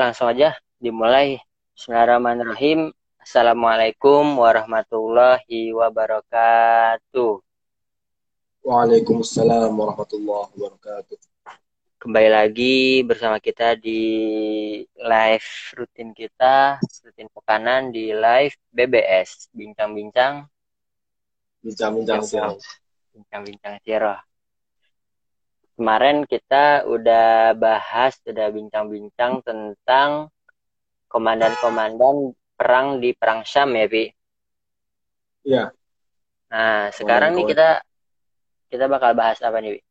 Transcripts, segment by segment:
langsung aja dimulai. Bismillahirrahmanirrahim. Assalamualaikum warahmatullahi wabarakatuh. Waalaikumsalam warahmatullahi wabarakatuh. Kembali lagi bersama kita di live rutin kita, rutin pekanan di live BBS, bincang-bincang Bincang-bincang siang. bincang-bincang siroh. Kemarin kita udah bincang-bincang tentang komandan-komandan perang di Perang Syam ya, Pi. Iya. Nah, sekarang nih kita bakal bahas apa nih, Pi?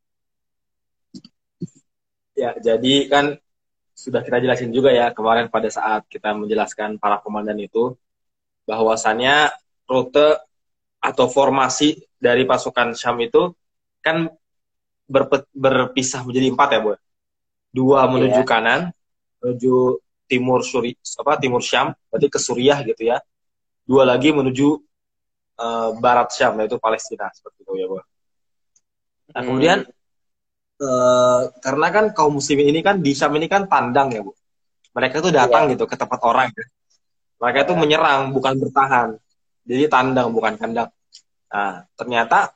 Ya, jadi kan sudah kita jelasin juga ya kemarin pada saat kita menjelaskan para komandan itu bahwasannya rute atau formasi dari pasukan Syam itu kan berpisah menjadi 4 ya, Bu. 2 menuju kanan, menuju timur Syam, berarti ke Suriah gitu ya. 2 lagi menuju barat Syam, yaitu Palestina seperti itu ya, Bu. Nah, kemudian karena kan kaum muslimin ini kan di Syam ini kan tandang ya, Bu. Mereka tuh datang gitu ke tempat orang ya. Mereka itu menyerang bukan bertahan. Jadi tandang bukan kandang. Nah, ternyata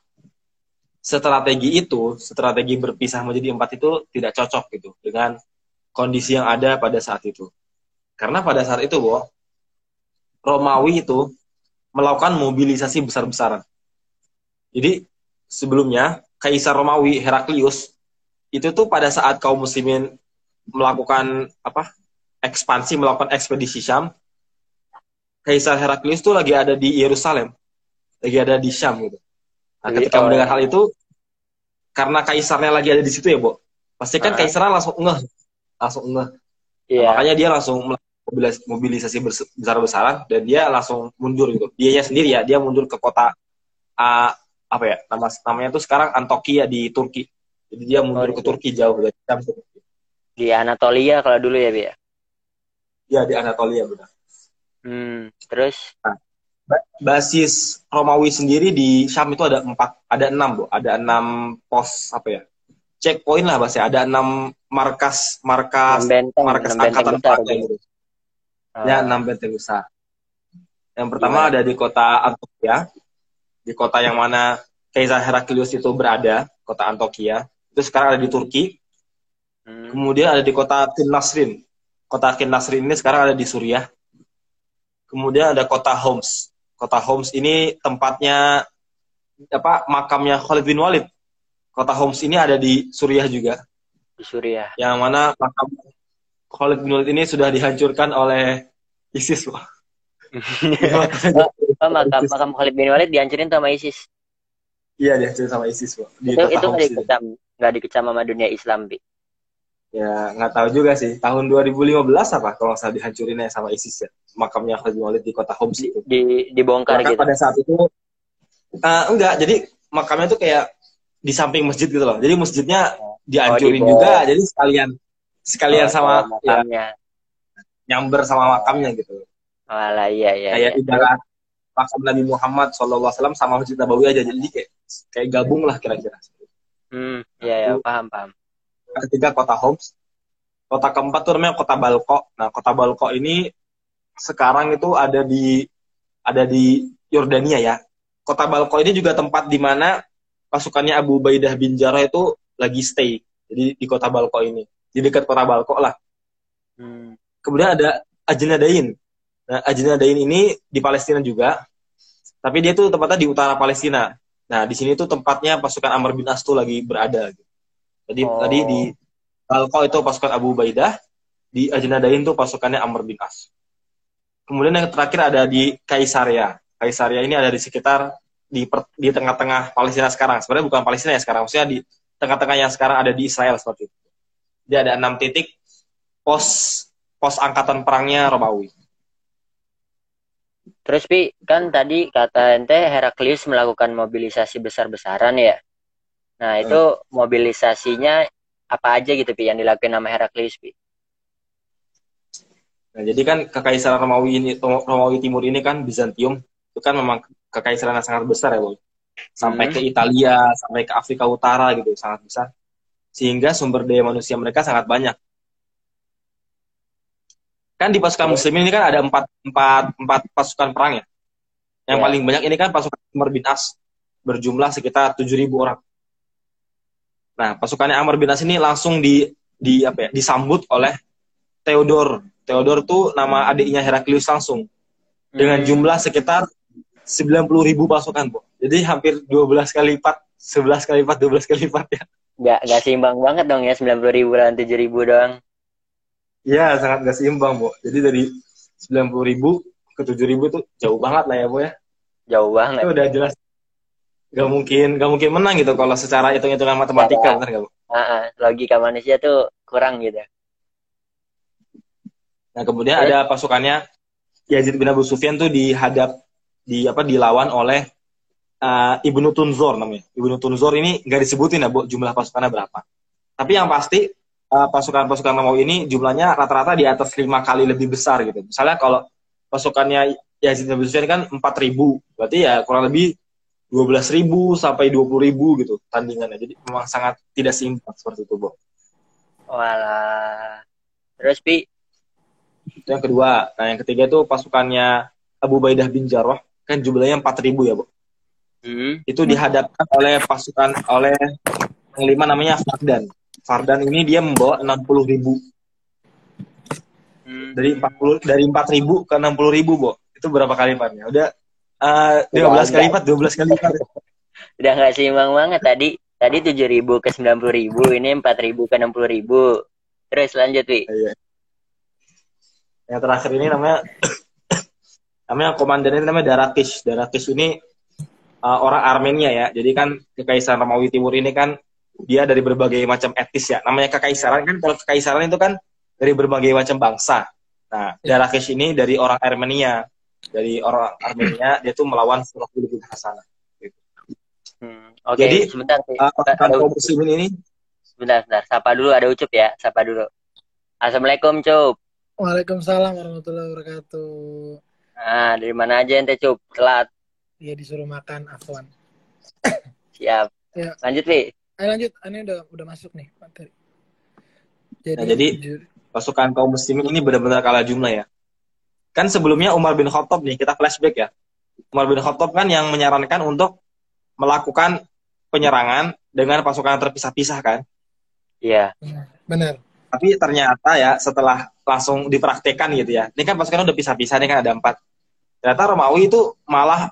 strategi berpisah menjadi 4 itu tidak cocok gitu dengan kondisi yang ada pada saat itu. Karena pada saat itu, Bu, Romawi itu melakukan mobilisasi besar-besaran. Jadi sebelumnya Kaisar Romawi Heraklius itu tuh pada saat kaum muslimin melakukan melakukan ekspedisi Syam, Kaisar Heraklius tuh lagi ada di Yerusalem, lagi ada di Syam gitu. Nah, ketika mendengar hal itu, karena kaisarnya lagi ada di situ ya, Bu, pasti kan kaisarnya langsung ngeh. Nah, makanya dia langsung mobilisasi besar-besaran dan dia langsung mundur gitu. Dianya sendiri ya, dia mundur ke kota namanya tuh sekarang Antokia di Turki. Jadi dia mundur ke Turki jauh dari Syam. Di Anatolia kalau dulu ya, Bi ya? Ya, di Anatolia benar. Terus? Nah, basis Romawi sendiri di Syam itu ada 6, Bu. Ada 6 pos checkpoint lah bahasa. Ada 6 markas angkatan perang gitu. Ya, 6 benteng besar. Yang pertama ada di kota Antokia, di kota yang mana Kaisar Heraklius itu berada, kota Antokia. Itu sekarang ada di Turki. Kemudian ada di kota Kin-Nasrin. Kota Kin-Nasrin ini sekarang ada di Suriah. Kemudian ada kota Homs. Kota Homs ini tempatnya makamnya Khalid bin Walid. Kota Homs ini ada di Suriah juga. Di Suriah. Yang mana makam Khalid bin Walid ini sudah dihancurkan oleh ISIS, loh. Makam Khalid bin Walid dihancurin sama ISIS. Iya, dihancurin sama ISIS, loh. Itu nggak dikecam sama dunia Islam, Bi. Ya, nggak tahu juga sih. Tahun 2015 kalau nggak salah dihancurinnya sama ISIS ya. Makamnya Khalid bin Walid di kota Homs itu. Dibongkar gitu. Pada saat itu enggak, jadi makamnya tuh kayak di samping masjid gitu loh. Jadi masjidnya dihancurin juga, jadi sekalian sama makamnya. Nyamber sama makamnya gitu. Walah, iya. Kayak ibarat makam Nabi Muhammad SAW sama Masjid Nabawi aja, jadi kayak gabung lah kira-kira. Iya, paham. Ketiga kota Homs. Kota keempat tuh namanya kota Balko. Nah, kota Balko ini sekarang itu ada di Yordania ya. Kota Balko ini juga tempat di mana pasukannya Abu Ubaidah bin Jarrah itu lagi stay. Jadi di kota Balko ini, di dekat kota Balko lah. Kemudian ada Ajnadain. Nah, Ajnadain ini di Palestina juga, tapi dia tuh tempatnya di utara Palestina. Nah, di sini tuh tempatnya pasukan Amr bin As tuh lagi berada. Jadi tadi di Balko itu pasukan Abu Ubaidah, di Ajnadain tuh pasukannya Amr bin As. Kemudian yang terakhir ada di Kaisaria. Kaisaria ini ada di sekitar di tengah-tengah Palestina sekarang. Sebenarnya bukan Palestina ya sekarang, maksudnya di tengah-tengah yang sekarang ada di Israel seperti itu. Jadi ada 6 titik pos angkatan perangnya Romawi. Terus, Pi, kan tadi kata ente Heraklius melakukan mobilisasi besar-besaran ya. Nah, itu mobilisasinya apa aja gitu, Pi, yang dilakukan sama Heraklius, Pi? Nah, jadi kan kekaisaran Romawi Timur ini kan Bizantium, itu kan memang kekaisaran yang sangat besar ya, Bu. Sampai ke Italia, sampai ke Afrika Utara gitu, sangat besar. Sehingga sumber daya manusia mereka sangat banyak. Kan di pasukan muslimin ini kan ada empat pasukan perang ya. Yang Ya. paling banyak ini kan pasukan Amr bin As, berjumlah sekitar 7.000 orang. Nah, pasukannya Amr bin As ini langsung disambut oleh Theodor. Theodor tuh nama adiknya Heraklius langsung. Dengan jumlah sekitar 90.000 pasukan, Bu. Jadi hampir 12 kali lipat, 11 kali lipat, 12 kali lipat ya. Nggak seimbang banget dong ya, 90.000 lawan 7.000 doang. Iya, sangat gak seimbang, Bu. Jadi dari 90.000 ke 7.000 tuh jauh banget lah ya, Bu ya. Jauh banget. Itu udah jelas gak mungkin menang gitu kalau secara hitung-hitungan matematika, benar gak, Bu? Logika manusia tuh kurang gitu. Nah, kemudian ada pasukannya Yazid bin Abu Sufyan tuh dilawan oleh Ibnu Tunzor namanya. Ibnu Tunzor ini nggak disebutin ya, Bu, jumlah pasukannya berapa. Tapi yang pasti pasukan-pasukan Romawi ini jumlahnya rata-rata di atas 5 kali lebih besar gitu. Misalnya kalau pasukannya Yazid bin Abu Sufyan kan 4.000, berarti ya kurang lebih 12.000 sampai 20.000 gitu tandingannya. Jadi memang sangat tidak seimbang seperti itu, Bu. Walah. Terus Pi? Itu yang kedua. Nah, yang ketiga itu pasukannya Abu Baidah bin Jarrah, kan jumlahnya 4.000 ya, Bu. Itu dihadapkan oleh yang lima namanya Fardan. Fardan ini dia membawa 60.000. Dari 4.000 ke 60.000, Bu. Itu berapa kali lipatnya? Udah 12 kali lipat, 12 kali lipat. Udah nggak seimbang banget tadi 7.000 ke 90.000, ini 4.000 ke 60.000. Terus lanjut, Wi. Iya. Yang terakhir ini namanya komandannya namanya Darakish. Darakish ini orang Armenia ya. Jadi kan Kekaisaran Romawi Timur ini kan dia dari berbagai macam etnis ya. Namanya kekaisaran kan, kalau kekaisaran itu kan dari berbagai macam bangsa. Nah, Darakish ini dari orang Armenia. Dari orang Armenia, dia tuh melawan Surakul bin Hasanah. Gitu. Oke, jadi sebentar. kaum muslimin ini. Sebentar. Sapa dulu, ada Ucup ya. Sapa dulu. Assalamualaikum, Cup. Waalaikumsalam warahmatullahi wabarakatuh. Dari mana aja ente, Cup? Telat. Iya, disuruh makan, afwan. Siap. Ya. Lanjut, Wi. Ayo lanjut, ini udah masuk nih materi. Jadi pasukan kaum muslimin ini benar-benar kalah jumlah ya. Kan sebelumnya Umar bin Khattab nih, kita flashback ya. Umar bin Khattab kan yang menyarankan untuk melakukan penyerangan dengan pasukan terpisah-pisah kan? Iya. Benar. Tapi ternyata ya setelah langsung dipraktekkan gitu ya. Ini kan pasukan udah pisah-pisah, ini kan ada 4. Ternyata Romawi itu malah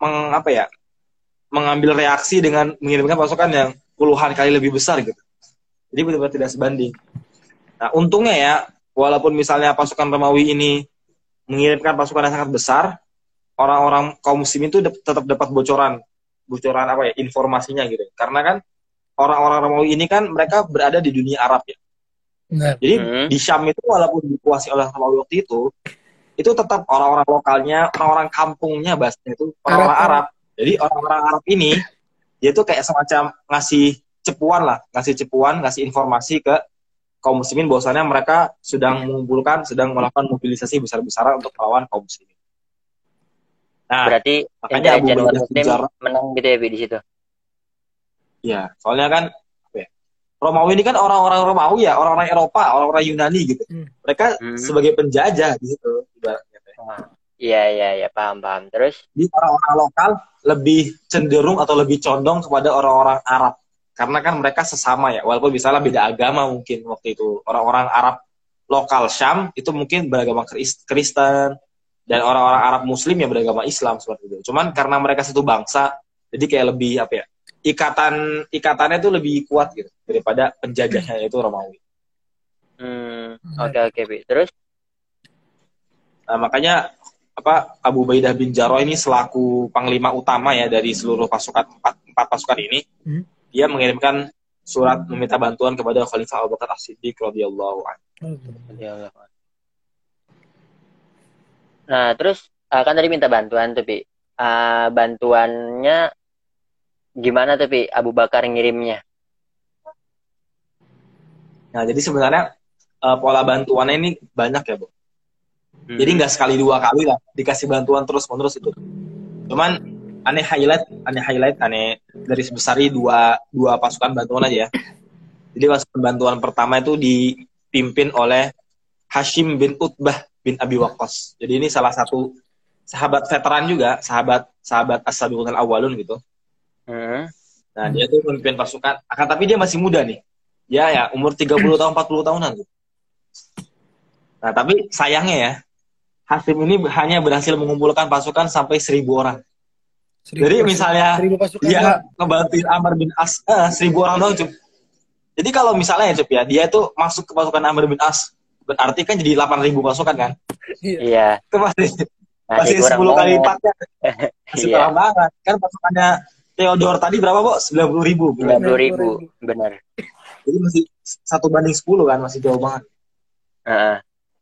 mengambil reaksi dengan mengirimkan pasukan yang puluhan kali lebih besar gitu. Jadi benar-benar tidak sebanding. Nah, untungnya ya, walaupun misalnya pasukan Romawi ini mengirimkan pasukan yang sangat besar, orang-orang kaum muslimin itu tetap dapat bocoran informasinya gitu. Karena kan orang-orang Romawi ini kan mereka berada di dunia Arab ya. Nah. Jadi di Syam itu walaupun dikuasai oleh Romawi waktu itu tetap orang-orang lokalnya, orang-orang kampungnya bahasanya itu orang-orang Arab. Jadi orang-orang Arab ini dia tuh kayak semacam ngasih informasi ke kaum muslimin bahwasannya mereka sedang melakukan mobilisasi besar-besaran untuk melawan kaum muslimin. Nah, berarti makanya Abu Baidah bin Jarrah menang gitu ya di situ. Ya, soalnya kan Romawi ini kan orang-orang Romawi ya, orang-orang Eropa, orang-orang Yunani gitu. Mereka sebagai penjajah gitu ibaratnya. Iya, paham. Terus di orang-orang lokal lebih cenderung atau lebih condong kepada orang-orang Arab. Karena kan mereka sesama ya, walaupun misalnya beda agama mungkin waktu itu. Orang-orang Arab lokal Syam itu mungkin beragama Kristen, dan orang-orang Arab Muslim yang beragama Islam seperti itu. Cuman karena mereka satu bangsa, jadi kayak lebih ikatannya itu lebih kuat gitu daripada penjajahnya yaitu Romawi. Oke, Terus? Nah, makanya Abu Baidah bin Jarrah ini selaku panglima utama ya dari seluruh empat pasukan ini. Dia mengirimkan surat meminta bantuan kepada Khalifah Abu Bakar As-Siddiq radhiyallahu anhu. Nah, terus kan tadi minta bantuan tuh, Pi. Bantuannya gimana tuh, Pi? Abu Bakar ngirimnya? Nah, jadi sebenarnya pola bantuannya ini banyak ya, Bu. Jadi nggak sekali 2 kali lah dikasih bantuan terus-menerus itu. Cuman aneh highlight dari sebesari dua pasukan bantuan aja ya. Jadi pasukan bantuan pertama itu dipimpin oleh Hashim bin Utbah bin Abi Waqqas. Jadi ini salah satu sahabat veteran juga, sahabat as-sabiqun al-awwalun gitu. Nah, dia tuh memimpin pasukan, akan tapi dia masih muda nih. Ya, umur 30 tahun, 40 tahunan tuh. Nah, tapi sayangnya ya, Hashim ini hanya berhasil mengumpulkan pasukan sampai 1.000 orang. Jadi misalnya 1.000 pasukan dia doang. ngebantuin Amr bin As, 1.000 orang doang, Cup. Jadi kalau misalnya ya, Cup ya, dia tuh masuk ke pasukan Amr bin As, berarti kan jadi 8.000 pasukan kan? Iya. Itu masih kurang 10 kali banget. lipatnya. Masih Iya. kurang banget. Kan pasukannya Theodore tadi berapa, Bo? 90.000. 90.000, benar. Jadi masih 1 banding 10 kan, masih jauh banget. Heeh.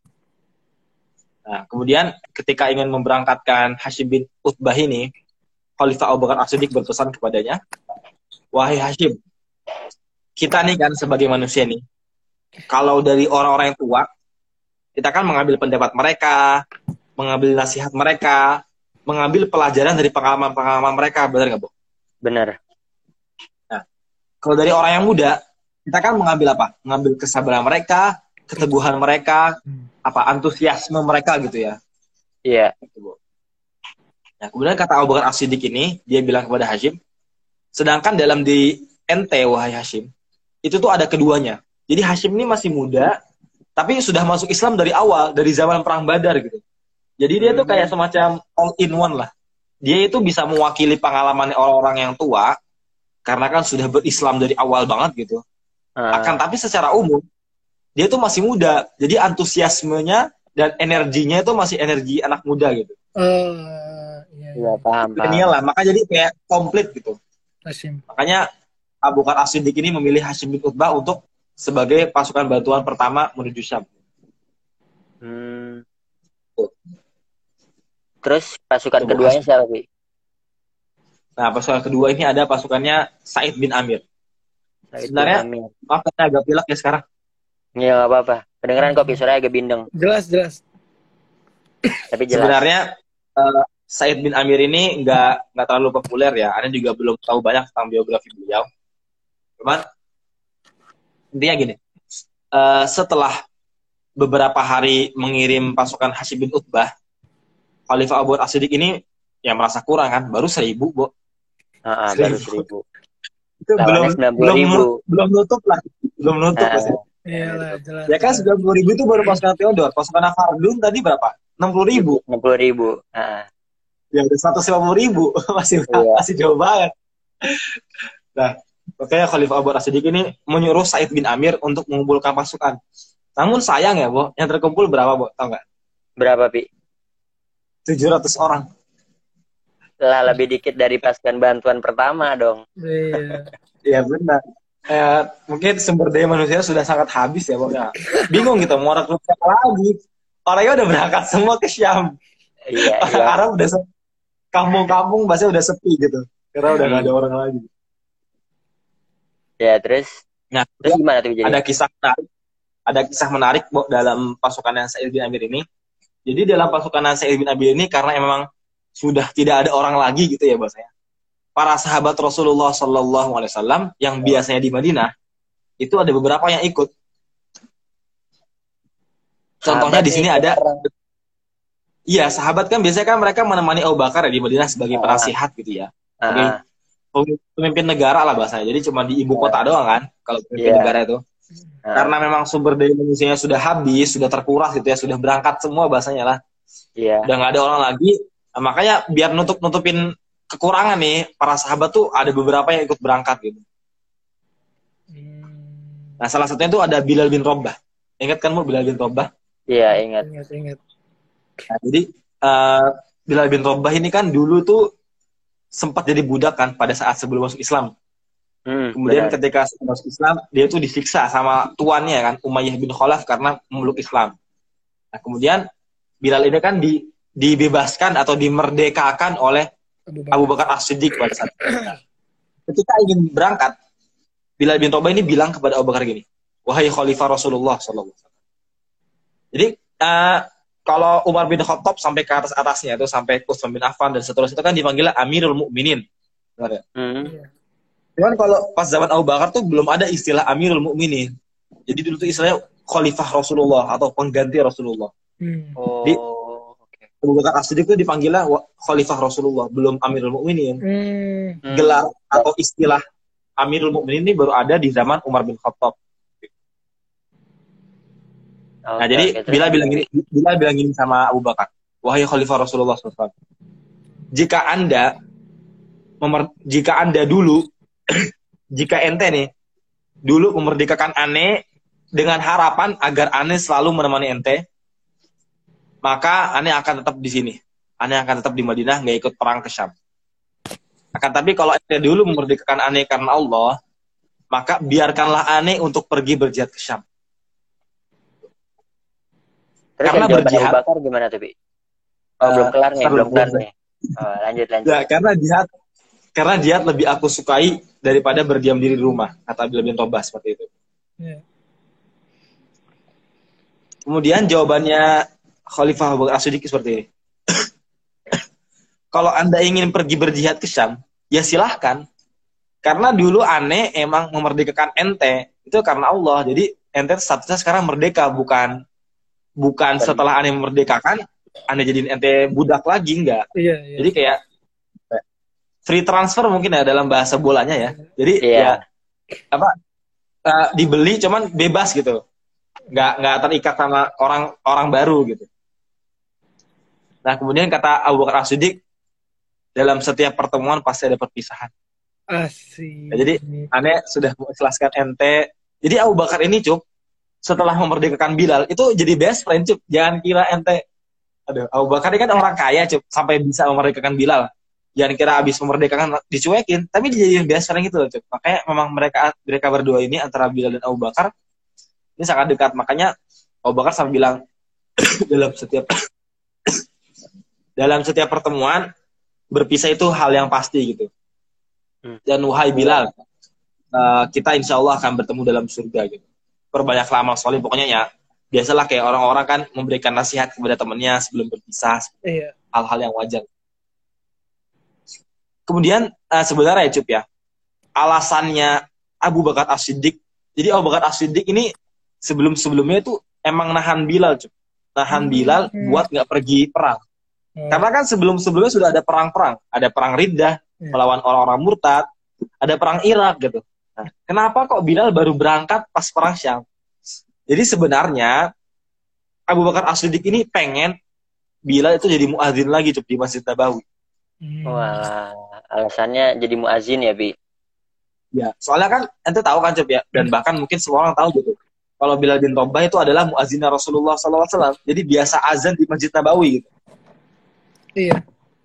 Nah, kemudian ketika ingin memberangkatkan Hashim bin Utbah ini, Khalifah Abu Bakar As-Siddiq berpesan kepadanya, wahai Hashim, kita nih kan sebagai manusia nih, kalau dari orang-orang yang tua, kita kan mengambil pendapat mereka, mengambil nasihat mereka, mengambil pelajaran dari pengalaman-pengalaman mereka, benar nggak, Bu? Benar. Nah, kalau dari orang yang muda, kita kan mengambil apa? Mengambil kesabaran mereka, keteguhan mereka, antusiasme mereka gitu ya. Iya. Nah, kemudian kata Abu Bakar As-Siddiq ini, dia bilang kepada Hashim, sedangkan dalam di ente, wahai Hashim, itu tuh ada keduanya. Jadi Hashim ini masih muda, tapi sudah masuk Islam dari awal, dari zaman Perang Badar gitu. Jadi dia tuh kayak semacam all in one lah. Dia itu bisa mewakili pengalaman orang-orang yang tua, karena kan sudah berislam dari awal banget gitu. Akan tapi secara umum, dia tuh masih muda. Jadi antusiasmenya dan energinya itu masih energi anak muda gitu. Iya, paham. Lah, maka jadi kayak komplit gitu. Hashim. Makanya Abu Bakar As-Siddiq ini memilih Hashim bin Utbah untuk sebagai pasukan bantuan pertama menuju Syam. Terus pasukan keduanya siapa, Bi? Nah, pasukan kedua ini ada pasukannya Sa'id bin Amir. Sebenarnya, maaf agak pilek ya sekarang. Iya, nggak apa-apa. Kedengeran kok, suaranya agak bindeng. Jelas. Tapi jelas. Sebenarnya, Sa'id bin Amir ini nggak terlalu populer ya. Anda juga belum tahu banyak tentang biografi beliau. Cuman, intinya gini. Setelah beberapa hari mengirim pasukan Hashim bin Utbah, Khalifah Abu Bakar As-Siddiq ini ya merasa kurang kan. Baru 1.000, Bo. Baru 1.000. Itu belum nutup lah. Belum nutup pasti. Iyalah, jelas. Ya kan 90.000 itu baru pasukan Theodore. Pasukan Fardun tadi berapa? 60.000. 60.000. Ya udah 150.000. masih jauh banget. Nah, makanya Khalifah Abu Bakar As-Siddiq ini menyuruh Sa'id bin Amir untuk mengumpulkan pasukan. Namun sayang ya, Bo, yang terkumpul berapa, Bo? Tahu nggak? Berapa, Pi? 700 orang. Lah, lebih dikit dari pasukan bantuan pertama dong. Iya. Iya benar. Mungkin sumber daya manusia sudah sangat habis ya, Bo. Ya. Bingung gitu mau rekrut siapa lagi. Orangnya udah berangkat semua ke Syam. Iya. Karena udah kampung-kampung bahasa udah sepi gitu. Karena udah nggak ada orang lagi. Ya, terus? Nah, terus gimana tuh jadi? Ada kisah menarik, Bo, dalam pasukan Sa'id bin Amir ini. Jadi dalam pasukan Sa'id bin Amir ini karena memang sudah tidak ada orang lagi gitu ya bahasanya. Para sahabat Rasulullah SAW yang biasanya di Madinah itu ada beberapa yang ikut. Contohnya di sini ada. Iya, sahabat kan biasanya kan mereka menemani Abu Bakar ya di Madinah sebagai penasihat gitu ya. Sebagai pemimpin negara lah bahasanya. Jadi cuma di ibu kota doang kan kalau pemimpin negara itu. Karena memang sumber daya manusianya sudah habis, sudah terkuras gitu ya, sudah berangkat semua bahasanya lah. Iya. Udah nggak ada orang lagi. Nah, makanya biar nutupin kekurangan nih, para sahabat tuh ada beberapa yang ikut berangkat gitu. Nah, salah satunya itu ada Bilal bin Rabah. Ingat kan, Bu, Bilal bin Rabah? Iya, ingat. Nah, jadi Bilal bin Rabah ini kan dulu tuh sempat jadi budak kan pada saat sebelum masuk Islam. Kemudian ketika masuk Islam, dia tuh disiksa sama tuannya kan, Umayyah bin Khalaf karena memeluk Islam. Nah, kemudian Bilal ini kan dibebaskan atau dimerdekakan oleh Abu Bakar As-Siddiq pada saat itu. Ketika ingin berangkat, Bilal bin Rabah ini bilang kepada Abu Bakar gini, wahai Khalifah Rasulullah SAW. Jadi kalau Umar bin Khattab sampai ke atasnya itu sampai Utsman bin Affan dan seterusnya itu kan dipanggil Amirul Mukminin. Benar ya? Cuman kalau pas zaman Abu Bakar tuh belum ada istilah Amirul Mukminin. Jadi dulu tuh istilahnya Khalifah Rasulullah atau pengganti Rasulullah. Di Oh, oke. Abu Bakar As-Siddiq itu dipanggilnya Khalifah Rasulullah, belum Amirul Mukminin. Hmm. Gelar atau istilah Amirul Mukminin ini baru ada di zaman Umar bin Khattab. Nah, Oke, jadi oke. Terus Bila bilang gini sama Abu Bakar, wahai Khalifah Rasulullah SAW, jika anda dulu, jika ente nih dulu memerdekakan ane dengan harapan agar ane selalu menemani ente, maka ane akan tetap di sini. Ane akan tetap di Madinah, nggak ikut perang ke Syam. Akan tapi kalau ente dulu memerdekakan ane karena Allah, maka biarkanlah ane untuk pergi berjihad ke Syam. Karena Karena jawaban Abu berjihad, Bakar gimana tuh, Bi? Oh, belum kelar nih, belum kelar nih. Oh, lanjut. ya, karena jihad lebih aku sukai daripada berdiam diri di rumah, kata Bilal bin Rabah seperti itu. Yeah. Kemudian jawabannya Khalifah Abu Bakar As-Siddiq seperti ini. Kalau Anda ingin pergi berjihad ke Syam, ya silahkan. Karena dulu ane emang memerdekakan ente itu karena Allah. Jadi ente statusnya sekarang merdeka, bukan setelah ane memerdekakan ane jadiin ente budak lagi, enggak. Iya. Jadi kayak free transfer mungkin ya dalam bahasa bolanya ya. Jadi ya dibeli cuman bebas gitu. Nggak terikat sama orang baru gitu. Nah, kemudian kata Abu Bakar As-Siddiq, dalam setiap pertemuan pasti ada perpisahan. Asik. Nah, jadi ane sudah mengikhlaskan ente. Jadi Abu Bakar ini, Cuk, setelah memerdekakan Bilal itu jadi best friend, Cuk. Jangan kira ente, Abu Bakar ini kan orang kaya, Cuk, sampai bisa memerdekakan Bilal. Jangan kira abis memerdekakan dicuekin, tapi dijadiin best friend gitu loh, Cuk. Makanya memang mereka berdua ini antara Bilal dan Abu Bakar ini sangat dekat. Makanya Abu Bakar sampai bilang dalam setiap pertemuan berpisah itu hal yang pasti gitu. Dan wahai Bilal, kita insya Allah akan bertemu dalam surga gitu. Perbanyaklah amal soleh, pokoknya ya biasalah kayak orang-orang kan memberikan nasihat kepada temannya sebelum berpisah, hal-hal yang wajar. Kemudian sebenarnya ya, Cup ya, alasannya Abu Bakar As-Siddiq, jadi Abu Bakar As-Siddiq ini sebelum-sebelumnya itu emang nahan Bilal, Cup. Nahan Bilal buat nggak pergi perang. Karena kan sebelum-sebelumnya sudah ada perang-perang, ada perang Riddah melawan orang-orang murtad, ada perang Irak gitu. Nah, kenapa kok Bilal baru berangkat pas perang Syam? Jadi sebenarnya Abu Bakar As-Siddiq ini pengen Bilal itu jadi muadzin lagi, Cup, di Masjid Nabawi. Wah, alasannya jadi muazin ya, Bi? Ya, soalnya kan ente tahu kan, Cup ya, dan bahkan mungkin semua orang tahu gitu. Kalau Bilal bin Rabah itu adalah muazinnya Rasulullah SAW. Jadi biasa azan di Masjid Nabawi gitu. Iya.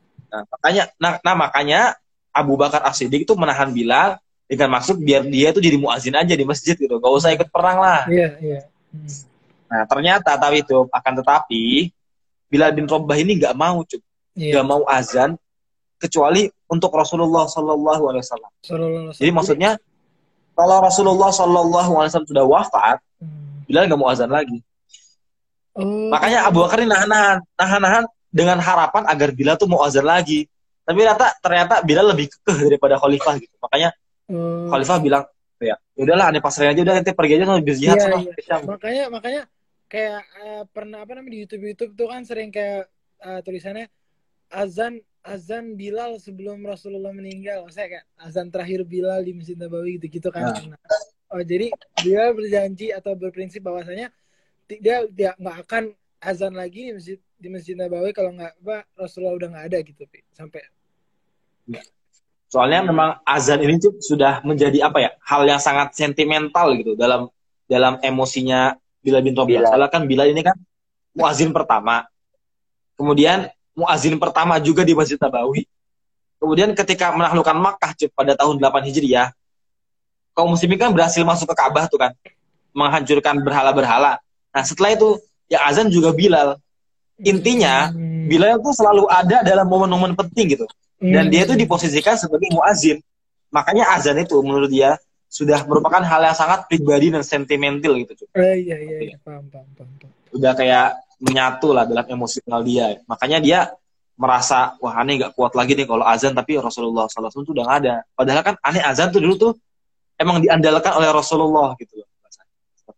Makanya Abu Bakar As-Siddiq itu menahan Bilal dengan maksud biar dia itu jadi muazin aja di masjid gitu, gak usah ikut perang lah. Iya. Nah, ternyata tetapi Bilal bin Rabah ini nggak mau, Cuk. Nggak mau azan kecuali untuk Rasulullah SAW. Jadi maksudnya kalau Rasulullah SAW sudah wafat, Bilal nggak mau azan lagi. Makanya Abu Bakar ini nahan dengan harapan agar Bilal tuh mau azan lagi. Tapi ternyata Bilal lebih kekeh daripada Khalifah gitu. Makanya Khalifah bilang, ya udahlah, aneh pasrahin aja, udah nanti pergi aja sama berjihad sana. Makanya kayak pernah di YouTube tuh kan sering kayak tulisannya azan Bilal sebelum Rasulullah meninggal. Maksudnya kayak azan terakhir Bilal di Masjid Nabawi gitu kan. Nah. Jadi dia berjanji atau berprinsip bahwasanya dia nggak akan azan lagi di Masjid Nabawi kalau nggak Rasulullah udah nggak ada gitu, sampai. Soalnya memang azan ini tuh sudah menjadi hal yang sangat sentimental gitu dalam emosinya Bilal bin Rabah. Soalnya kan Bilal ini kan muazin pertama, kemudian muazin pertama juga di Masjid Nabawi. Kemudian ketika menaklukkan Makkah pada tahun 8 Hijriah, kaum muslimin kan berhasil masuk ke Ka'bah tuh kan, menghancurkan berhala-berhala. Nah, setelah itu ya azan juga Bilal. Intinya Bilal itu selalu ada dalam momen-momen penting gitu. Dan dia itu diposisikan sebagai muazin. Makanya azan itu menurut dia sudah merupakan hal yang sangat pribadi dan sentimental gitu. Iya, paham. Udah kayak menyatu lah dalam emosional dia. Makanya dia merasa, wah aneh gak kuat lagi nih kalau azan, tapi Rasulullah SAW tuh udah gak ada. Padahal kan aneh azan tuh dulu tuh emang diandalkan oleh Rasulullah gitu loh. Seperti itu.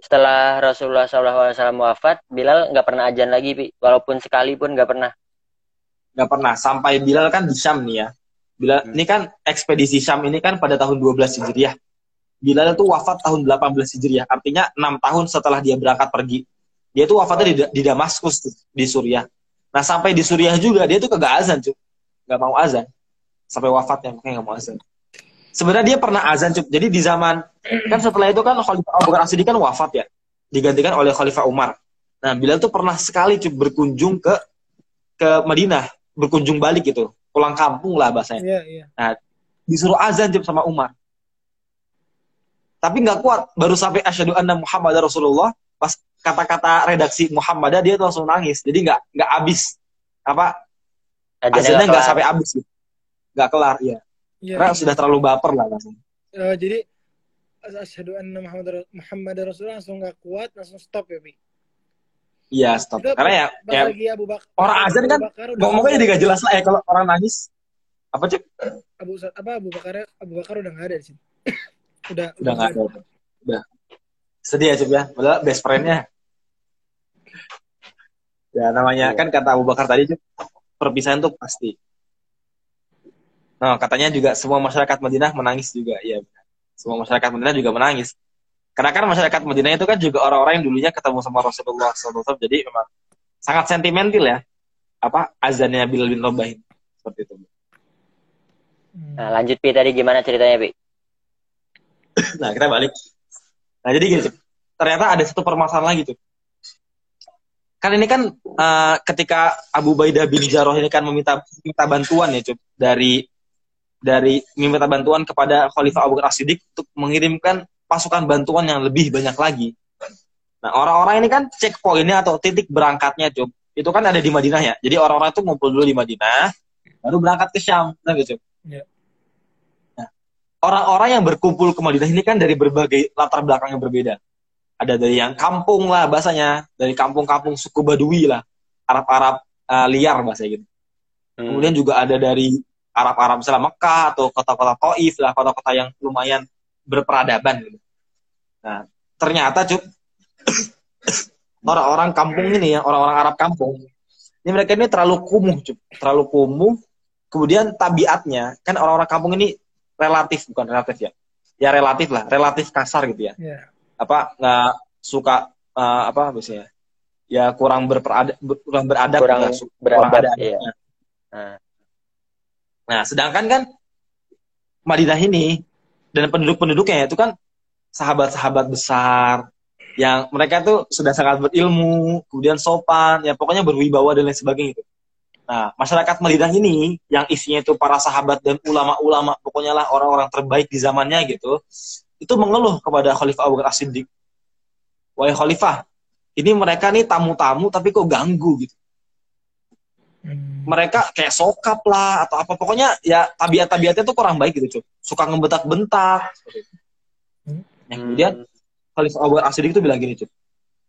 setelah Rasulullah SAW wafat, Bilal nggak pernah azan lagi, Pi. Walaupun sekali pun nggak pernah. Nggak pernah. Sampai Bilal kan di Syam nih ya. Bilal ini kan ekspedisi Syam ini kan pada tahun 12 Hijriah. Bilal itu wafat tahun 18 Hijriah. Artinya 6 tahun setelah dia berangkat pergi. Dia tuh wafatnya di Damaskus tuh, di Suriah. Nah, sampai di Suriah juga dia tuh kagak azan, Cuk. Nggak mau azan. Sampai wafatnya makanya nggak mau azan. Sebenarnya dia pernah azan, Cuk. Jadi di zaman kan setelah itu kan Khalifah Abu Bakar As-Siddiq kan wafat ya. Digantikan oleh Khalifah Umar. Nah, Bilal tuh pernah sekali, Cuk, berkunjung ke Madinah, berkunjung balik gitu. Pulang kampung lah bahasanya. Iya, iya. Nah, disuruh azan, Cuk, sama Umar. Tapi nggak kuat, baru sampai asyhadu anna Muhammadar Rasulullah, pas kata-kata redaksi Muhammadah dia tuh langsung nangis. Jadi nggak habis apa azannya nggak sampai habis gitu. Nggak kelar ya. Karena sudah terlalu baper lah rasanya. Jadi asyhadu anna Muhammadar Rasulullah langsung nggak kuat, langsung stop ya, Pi. Iya, stop. Itu Karena ya orang azan kan ngomongnya jadi nggak jelas lah ya kalau orang nangis. Apa, Cuk? Abu Bakar udah nggak ada di sini. udah nggak ada. Udah. Sedih ya, Cuk ya. Padahal best friend-nya. Ya namanya kan kata Abu Bakar tadi, Cuk, perpisahan tuh pasti. Nah, katanya juga semua masyarakat Madinah menangis juga. Iya, semua masyarakat Madinah juga menangis. Karena kan masyarakat Madinah itu kan juga orang-orang yang dulunya ketemu sama Rasulullah SAW. Jadi memang sangat sentimental ya. Apa azannya Bilal bin Rabah seperti itu. Nah, lanjut, Pi, tadi gimana ceritanya, Pi? Nah, kita balik. Nah, jadi gini, ternyata ada satu permasalahan lagi tuh. Kan ini kan ketika Abu Ubaidah bin Jarrah ini kan meminta bantuan ya, Cuk, dari meminta bantuan kepada Khalifah Abu Bakar As-Siddiq untuk mengirimkan pasukan bantuan yang lebih banyak lagi. Nah, orang-orang ini kan checkpointnya atau titik berangkatnya, Cuk, itu kan ada di Madinah ya. Jadi orang-orang itu ngumpul dulu di Madinah, baru berangkat ke Syam, nah, gitu. Yeah. Nah, orang-orang yang berkumpul ke Madinah ini kan dari berbagai latar belakang yang berbeda. Ada dari yang kampung lah bahasanya, dari kampung-kampung suku Badui lah, Arab-Arab liar bahasa gitu. Kemudian juga ada dari Arab-Arab misalnya Mekah atau kota-kota Taif lah, kota-kota yang lumayan berperadaban gitu. Nah, ternyata, Cuk, orang-orang kampung ini ya, orang-orang Arab kampung, ini mereka ini terlalu kumuh, Cuk, terlalu kumuh. Kemudian tabiatnya, kan orang-orang kampung ini bukan relatif ya, ya relatif lah, relatif kasar gitu ya. Yeah. Apa nggak suka apa biasanya? Ya kurang beradab, kurang beradab. Iya. Nah, sedangkan kan Madinah ini dan penduduk-penduduknya itu kan sahabat-sahabat besar yang mereka tuh sudah sangat berilmu, kemudian sopan, ya pokoknya berwibawa dan lain sebagainya itu. Nah, masyarakat Madinah ini yang isinya itu para sahabat dan ulama-ulama, pokoknya lah orang-orang terbaik di zamannya gitu, itu mengeluh kepada Khalifah Abu Bakar As-Siddiq. Wahai Khalifah, ini mereka nih tamu-tamu tapi kok ganggu gitu. Mereka kayak sokap lah atau apa, pokoknya ya tabiat-tabiatnya tuh kurang baik gitu, Cuk. Suka ngebentak-bentak. Nah, kemudian Khalifah Abu Bakar As-Siddiq itu bilang gini, Cuk.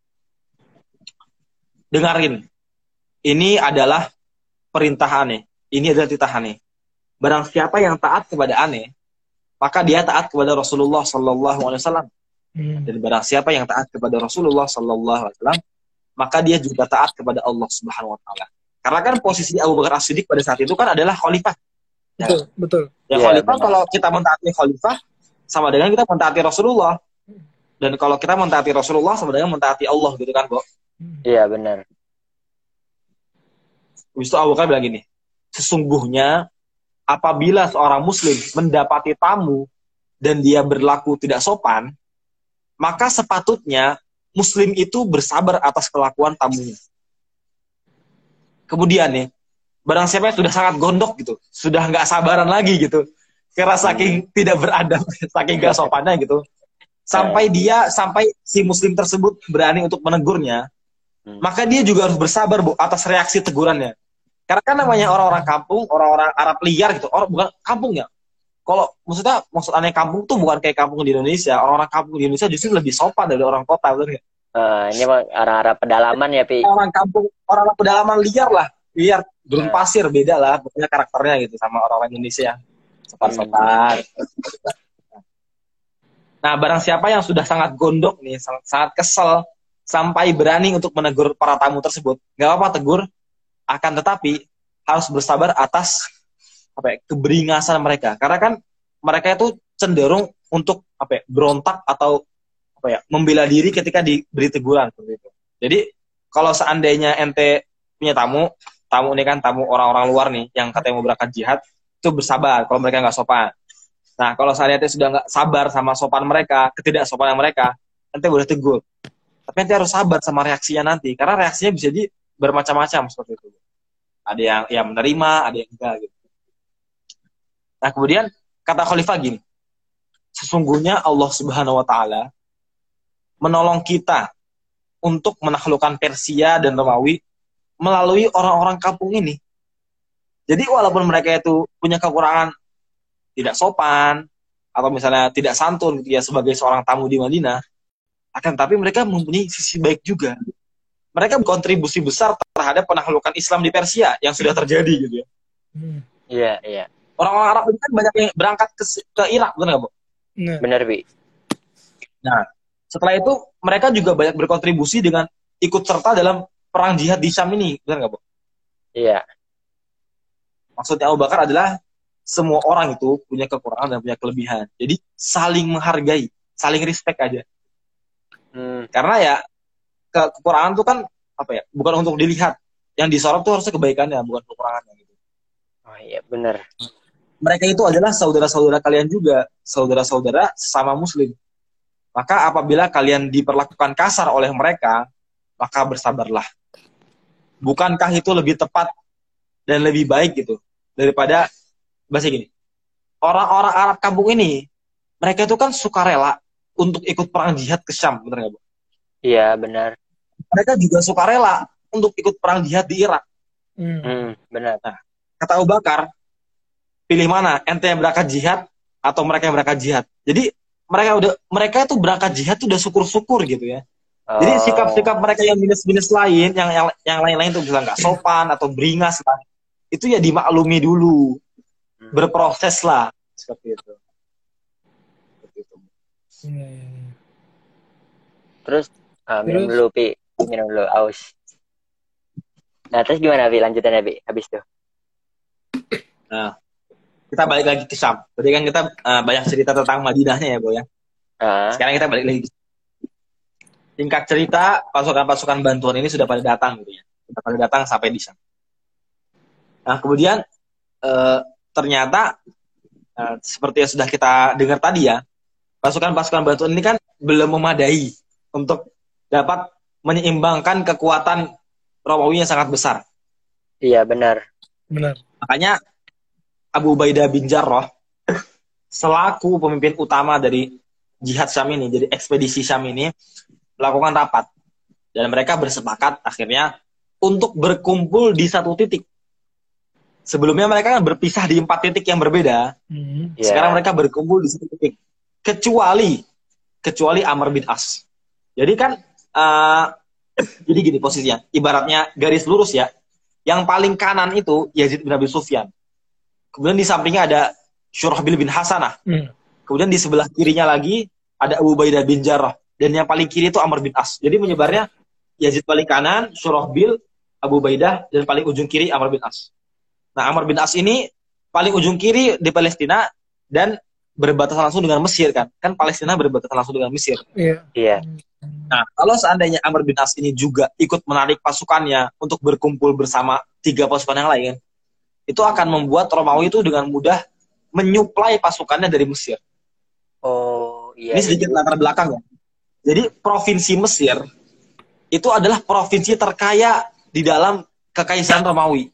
Dengarin. Ini adalah perintah aneh. Ini adalah titah aneh. Barang siapa yang taat kepada aneh, maka dia taat kepada Rasulullah Sallallahu Alaihi Wasallam. Dan barang siapa yang taat kepada Rasulullah Sallallahu Alaihi Wasallam, maka dia juga taat kepada Allah Subhanahu Wa Taala. Karena kan posisi Abu Bakar As-Siddiq pada saat itu kan adalah khalifah. Betul. Ya, khalifah kalau kita mentaati khalifah sama dengan kita mentaati Rasulullah. Dan kalau kita mentaati Rasulullah sama dengan mentaati Allah gitu kan, Bo? Iya, benar. Habis itu Abu Bakar bilang gini, sesungguhnya apabila seorang muslim mendapati tamu dan dia berlaku tidak sopan, maka sepatutnya muslim itu bersabar atas kelakuan tamunya. Kemudian nih, barang siapa yang sudah sangat gondok gitu, sudah nggak sabaran lagi gitu, karena saking tidak beradab, saking nggak sopannya gitu, sampai si muslim tersebut berani untuk menegurnya, maka dia juga harus bersabar, Bu, atas reaksi tegurannya. Karena kan namanya orang-orang kampung, orang-orang Arab liar gitu, orang bukan kampung ya. Kalau maksud aneh kampung tuh bukan kayak kampung di Indonesia. Orang-orang kampung di Indonesia justru lebih sopan dari orang kota, betul nggak? Ini arah-arah pedalaman ya, Pi. Orang kampung, orang pedalaman liar lah, liar, gurun pasir beda lah, pokoknya karakternya gitu sama orang-orang Indonesia, sopan-sopan. Nah, barang siapa yang sudah sangat gondok nih, sangat kesel, sampai berani untuk menegur para tamu tersebut, nggak apa-apa tegur, akan tetapi harus bersabar atas keberingasan mereka. Karena kan mereka itu cenderung untuk berontak atau membela diri ketika diberi teguran seperti itu. Jadi kalau seandainya ente punya tamu ini kan tamu orang-orang luar nih yang katanya mau berangkat jihad, itu bersabar kalau mereka nggak sopan. Nah, kalau seandainya sudah nggak sabar sama sopan mereka, ketidaksopanan mereka, ente boleh tegur. Tapi ente harus sabar sama reaksinya nanti, karena reaksinya bisa jadi bermacam-macam seperti itu. Ada yang menerima, ada yang enggak gitu. Nah, kemudian kata Khalifah gini, sesungguhnya Allah Subhanahu wa Ta'ala menolong kita untuk menaklukkan Persia dan Romawi melalui orang-orang kampung ini. Jadi walaupun mereka itu punya kekurangan tidak sopan atau misalnya tidak santun gitu ya sebagai seorang tamu di Madinah, akan tapi mereka mempunyai sisi baik juga. Mereka berkontribusi besar terhadap penaklukan Islam di Persia yang sudah terjadi gitu ya. Iya, iya. Orang-orang Arab itu kan banyak yang berangkat ke Irak, benar nggak, Bu? Benar, Bi. Nah, setelah itu mereka juga banyak berkontribusi dengan ikut serta dalam perang jihad di Syam ini, benar nggak, Bu? Iya. Maksudnya Abu Bakar adalah semua orang itu punya kekurangan dan punya kelebihan. Jadi saling menghargai, saling respect aja. Karena ya kekurangan itu kan bukan untuk dilihat. Yang disorot tuh harusnya kebaikannya, bukan kekurangannya gitu. Oh iya, benar. Mereka itu adalah saudara-saudara kalian juga, saudara-saudara sesama muslim. Maka apabila kalian diperlakukan kasar oleh mereka, maka bersabarlah. Bukankah itu lebih tepat dan lebih baik gitu daripada bahasa gini, orang-orang Arab kampung ini, mereka itu kan sukarela untuk ikut perang jihad ke Syam, benar nggak, Bu? Iya, benar. Mereka juga sukarela untuk ikut perang jihad di Irak. Benar. Nah, kata Abu Bakar, pilih mana? Ente yang berangkat jihad atau mereka yang berangkat jihad? Jadi mereka itu berangkat jihad tuh udah syukur-syukur gitu ya. Jadi sikap-sikap mereka yang minus-minus lain, yang lain-lain tuh bisa nggak sopan atau beringas lah, itu ya dimaklumi dulu. Berproses lah seperti itu. Terus minum dulu, Pi. Minum dulu, aus. Nah, terus gimana, Pi? Lanjutannya, Pi? Habis itu. Nah, kita balik lagi ke Syam. Tadi kan kita banyak cerita tentang Madinahnya ya, Bu ya. Sekarang kita balik lagi. Singkat cerita, pasukan-pasukan bantuan ini sudah pada datang gitu ya. Sudah pada datang sampai di Syam. Nah, kemudian ternyata seperti yang sudah kita dengar tadi ya, pasukan-pasukan bantuan ini kan belum memadai untuk dapat menyeimbangkan kekuatan Romawi yang sangat besar. Iya, benar. Makanya Abu Ubaidah bin Jarrah selaku pemimpin utama dari jihad Syam ini, jadi ekspedisi Syam ini, melakukan rapat. Dan mereka bersepakat akhirnya untuk berkumpul di satu titik. Sebelumnya mereka kan berpisah di 4 titik yang berbeda. Sekarang mereka berkumpul di satu titik. Kecuali Amr bin As. Jadi kan, jadi gini posisinya. Ibaratnya garis lurus ya. Yang paling kanan itu Yazid bin Abi Sufyan. Kemudian di sampingnya ada Syurahbil bin Hasanah. Kemudian di sebelah kirinya lagi ada Abu Ubaidah bin Jarrah. Dan yang paling kiri itu Amr bin As. Jadi menyebarnya Yazid paling kanan, Syurahbil, Abu Ubaidah, dan paling ujung kiri Amr bin As. Nah, Amr bin As ini paling ujung kiri di Palestina dan berbatasan langsung dengan Mesir kan. Kan Palestina berbatasan langsung dengan Mesir. Iya. Nah, kalau seandainya Amr bin As ini juga ikut menarik pasukannya untuk berkumpul bersama 3 pasukan yang lain, itu akan membuat Romawi itu dengan mudah menyuplai pasukannya dari Mesir. Oh, iya. Ini sedikit latar belakang ya. Jadi provinsi Mesir itu adalah provinsi terkaya di dalam kekaisaran Romawi.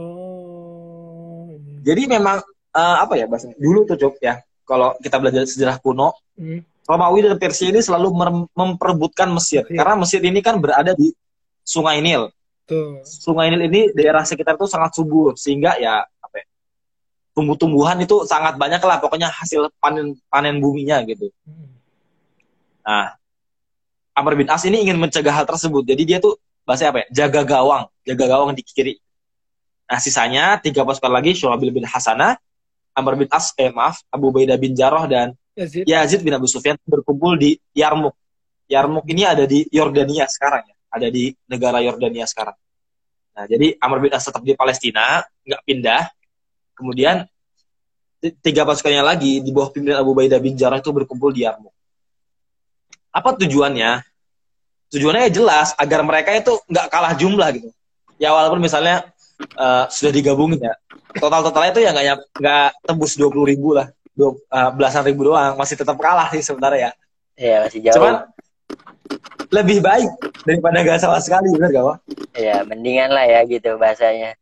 Jadi memang bahasanya dulu tuh Cuk ya, kalau kita belajar sejarah kuno, Romawi dan Persia ini selalu memperebutkan Mesir. Karena Mesir ini kan berada di Sungai Nil. Sungai Nil ini daerah sekitar itu sangat subur, sehingga ya tumbuh-tumbuhan itu sangat banyak lah, pokoknya hasil panen buminya gitu. Nah, Amr bin As ini ingin mencegah hal tersebut. Jadi dia tuh bahasa jaga gawang di kiri. Nah, sisanya 3 pasukan lagi, Syurahbil bin Hasanah, Amr bin As, Abu Ubaidah bin Jarrah, dan Yazid. Yazid bin Abu Sufyan berkumpul di Yarmuk. Yarmuk ini ada di Yordania sekarang ya, ada di negara Yordania sekarang. Nah, jadi Amr bin As tetap di Palestina, nggak pindah. Kemudian 3 pasukannya lagi di bawah pimpinan Abu Ubaidah bin Jarrah itu berkumpul di Yarmuk. Apa tujuannya? Tujuannya ya jelas agar mereka itu nggak kalah jumlah gitu. Ya walaupun misalnya sudah digabungin ya, totalnya itu ya nggak tembus 20.000 lah, belasan ribu doang, masih tetap kalah sih sebenarnya ya. Iya, masih jauh. Cuman lebih baik daripada nggak sama sekali, benar gak, Pak? Iya, mendingan lah ya gitu bahasanya.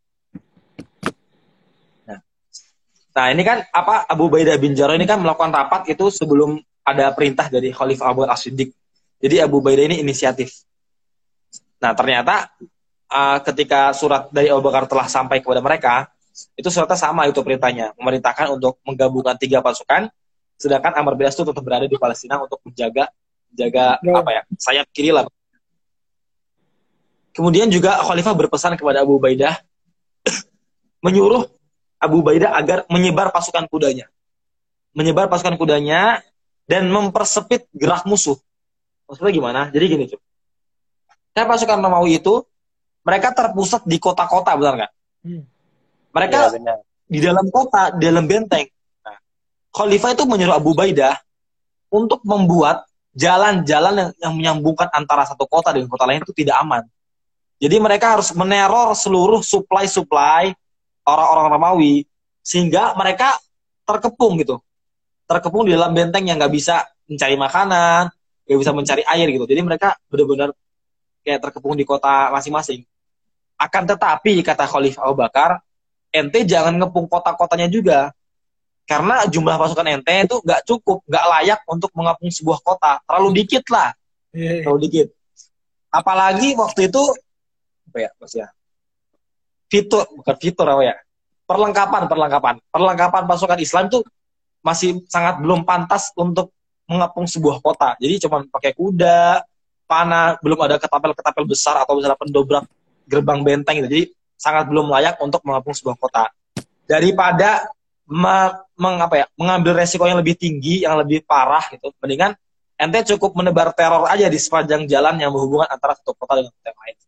Nah ini kan Abu Ubaidah bin Jarrah ini kan melakukan rapat itu sebelum ada perintah dari Khalifah Abu Bakar As-Siddiq. Jadi Abu Ubaidah ini inisiatif. Nah ternyata ketika surat dari Abu Bakar telah sampai kepada mereka, itu suratnya sama itu perintahnya, memerintahkan untuk menggabungkan 3 pasukan, sedangkan Amr bin As itu tetap berada di Palestina untuk menjaga sayap kiri lah. Kemudian juga Khalifah berpesan kepada Abu Ubaidah menyuruh Abu Ubaidah agar menyebar pasukan kudanya. Menyebar pasukan kudanya dan mempersempit gerak musuh. Maksudnya gimana? Jadi gini, Cuk. Kan pasukan Romawi itu mereka terpusat di kota-kota, benar nggak? Mereka Ya, benar. di dalam kota, di dalam benteng. Nah, Khalifah itu menyuruh Abu Ubaidah untuk membuat jalan-jalan yang menyambungkan antara satu kota dengan kota lain itu tidak aman. Jadi mereka harus meneror seluruh supply orang-orang Romawi sehingga mereka terkepung gitu. Terkepung di dalam benteng yang nggak bisa mencari makanan, nggak bisa mencari air gitu. Jadi mereka benar-benar kayak terkepung di kota masing-masing. Akan tetapi, kata Khalifah Abu Bakar, ente jangan ngepung kota-kotanya juga. Karena jumlah pasukan ente itu nggak cukup, nggak layak untuk mengepung sebuah kota. Terlalu dikit lah. Terlalu dikit. Apalagi waktu itu, apa ya, Mas ya? Perlengkapan pasukan Islam itu masih sangat belum pantas untuk mengepung sebuah kota. Jadi cuma pakai kuda, panah, belum ada ketapel-ketapel besar atau misalnya pendobrak gerbang benteng gitu. Jadi sangat belum layak untuk mengepung sebuah kota. Daripada mengambil resiko yang lebih tinggi, yang lebih parah gitu, mendingan ente cukup menebar teror aja di sepanjang jalan yang menghubungkan antara satu kota dengan kota yang lain.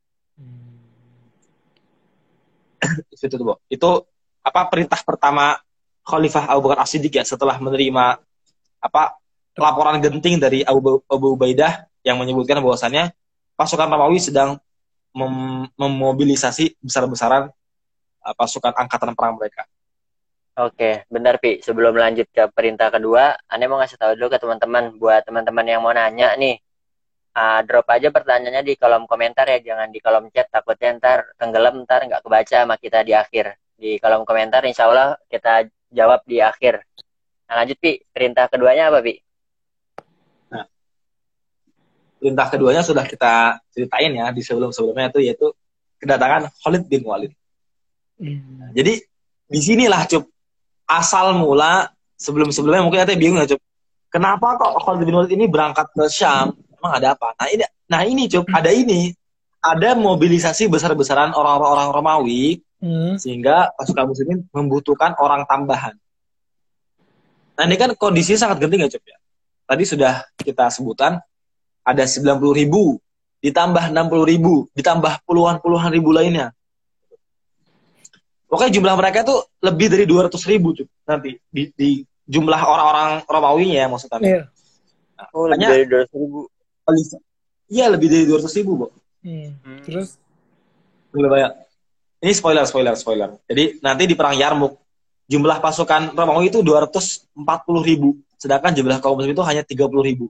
Itu perintah pertama Khalifah Abu Bakar As-Siddiq ya, setelah menerima laporan genting dari Abu Ubaidah yang menyebutkan bahwasannya pasukan Romawi sedang memobilisasi besar-besaran pasukan angkatan perang mereka. Oke, benar Pi. Sebelum lanjut ke perintah kedua, Ane mau ngasih tahu dulu ke teman-teman, buat teman-teman yang mau nanya nih, drop aja pertanyaannya di kolom komentar ya, jangan di kolom chat, takutnya ntar tenggelam, ntar nggak kebaca sama kita di akhir. Di kolom komentar insya Allah kita jawab di akhir. Nah lanjut Pi, perintah keduanya apa Pi? Nah, perintah keduanya sudah kita ceritain ya di sebelum-sebelumnya itu, yaitu kedatangan Khalid bin Walid. Nah, jadi disinilah Cup asal mula, sebelum-sebelumnya mungkin kita bingung ya Cup, kenapa kok Khalid bin Walid ini berangkat ke Syam? Emang ada apa? Nah ini Cup, ada mobilisasi besar-besaran orang-orang Romawi, sehingga pasukan muslimin membutuhkan orang tambahan. Nah ini kan kondisinya sangat genting ya Cup ya. Tadi sudah kita sebutkan, ada 90.000, ditambah 60.000, ditambah puluhan ribu lainnya. Pokoknya jumlah mereka tuh lebih dari 200.000 Cup, nanti di jumlah orang-orang Romawinya ya maksudnya. Iya. Nah, lebih dari 200.000. Iya, lebih dari 200.000, Bu. Terus? Lebih banyak. Ini spoiler. Jadi nanti di perang Yarmuk, jumlah pasukan Romawi itu 240.000, sedangkan jumlah kaum muslim itu hanya 30.000.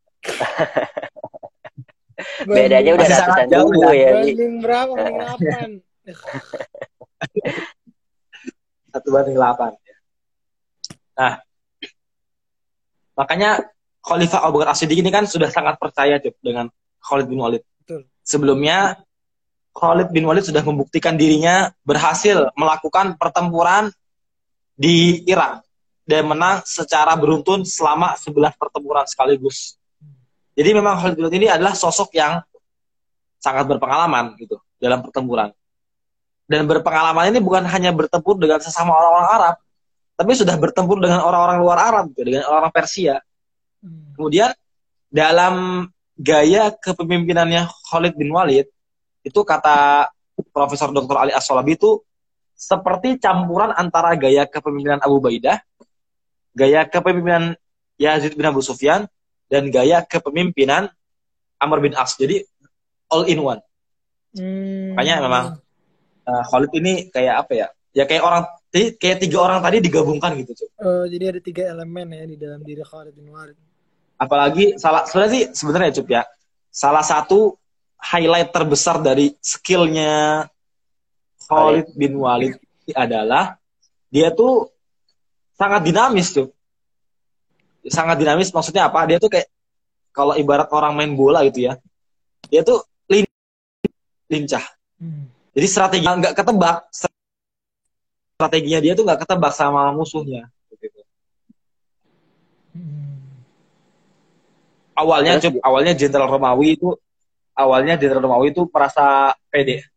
Bedanya udah ratusan ribu ya. Banding berapa? Banding 8. 1:8. Nah, makanya Khalifah Abu Bakar As-Siddiq ini kan sudah sangat percaya Cup, dengan Khalid bin Walid. Betul. Sebelumnya Khalid bin Walid sudah membuktikan dirinya berhasil melakukan pertempuran di Irak dan menang secara beruntun selama 11 pertempuran sekaligus. Jadi memang Khalid bin Walid ini adalah sosok yang sangat berpengalaman gitu dalam pertempuran. Dan berpengalaman ini bukan hanya bertempur dengan sesama orang-orang Arab, tapi sudah bertempur dengan orang-orang luar Arab, gitu, dengan orang-orang Persia. Kemudian dalam gaya kepemimpinannya Khalid bin Walid, itu kata Profesor Dr. Ali As-Solabi itu seperti campuran antara gaya kepemimpinan Abu Baidah, gaya kepemimpinan Yazid bin Abu Sufyan, dan gaya kepemimpinan Amr bin As. Jadi all in one. Makanya memang Khalid ini kayak apa ya? Ya kayak 3 orang tadi digabungkan gitu, Cuk. Jadi ada 3 elemen ya di dalam diri Khalid bin Walid. Apalagi sebenarnya Cuk ya, salah satu highlight terbesar dari skillnya Khalid bin Walid adalah dia tuh sangat dinamis, Cuk. Sangat dinamis maksudnya apa? Dia tuh kayak kalau ibarat orang main bola gitu ya, dia tuh lincah. Jadi strateginya nggak ketebak, strateginya dia tuh nggak ketebak sama musuhnya. Gitu. Awalnya Jenderal Romawi itu merasa pede.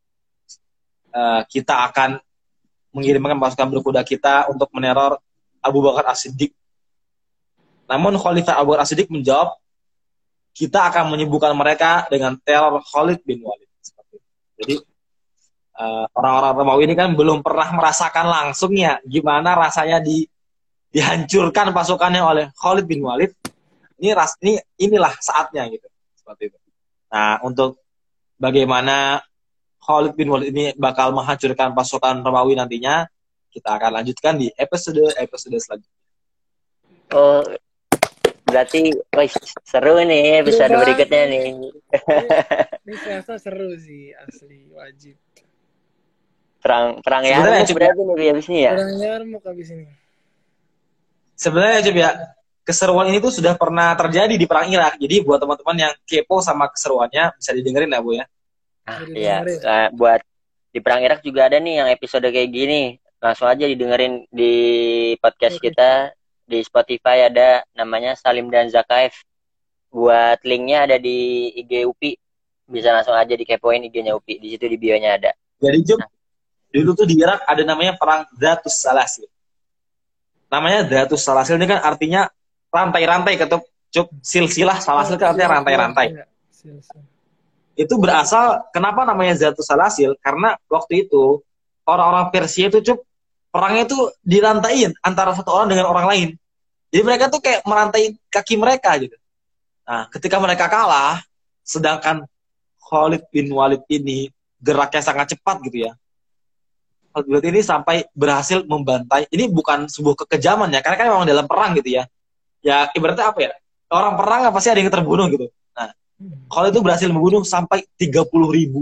Kita akan mengirimkan pasukan berkuda kita untuk meneror Abu Bakar As-Siddiq. Namun Khalifah Abu Bakar As-Siddiq menjawab, kita akan menyibukkan mereka dengan teror Khalid bin Walid. Jadi orang-orang Romawi ini kan belum pernah merasakan langsung ya gimana rasanya dihancurkan pasukannya oleh Khalid bin Walid. Inilah saatnya gitu. Seperti itu. Nah, untuk bagaimana Khalid bin Walid ini bakal menghancurkan pasukan Romawi nantinya, kita akan lanjutkan di episode selanjutnya. Oh, berarti seru nih episode berikutnya nih. Ini serasa seru sih, asli wajib. Perang Yarmouk berarti nih habis ini ya. Perang Yarmouk habis ini. Sebenarnya coba ya, keseruan ini tuh sudah pernah terjadi di perang Irak. Jadi buat teman-teman yang kepo sama keseruannya bisa didengerin ya, Bu ya. Iya, buat di perang Irak juga ada nih yang episode kayak gini. Langsung aja didengerin di podcast kita di Spotify, ada namanya Salim dan Zakaev. Buat linknya ada di IG UPI. Bisa langsung aja dikepoin IG-nya UPI. Di situ di bio-nya ada. Jadi dulu tuh di Irak ada namanya perang Dhatus Salasil. Namanya Dhatus Salasil ini kan artinya rantai-rantai, silsilah. Salasil kan artinya rantai-rantai. Itu berasal, kenapa namanya Dhatus Salasil? Karena waktu itu orang-orang Persia itu perangnya itu dirantain antara satu orang dengan orang lain. Jadi mereka tuh kayak merantai kaki mereka gitu. Nah, ketika mereka kalah, sedangkan Khalid bin Walid ini geraknya sangat cepat gitu ya. Khalid bin Walid ini sampai berhasil membantai. Ini bukan sebuah kekejaman ya, karena kan memang dalam perang gitu ya. Ya ibaratnya apa ya? Orang perang pasti ada yang terbunuh gitu. Nah, Khalid itu berhasil membunuh sampai 30.000.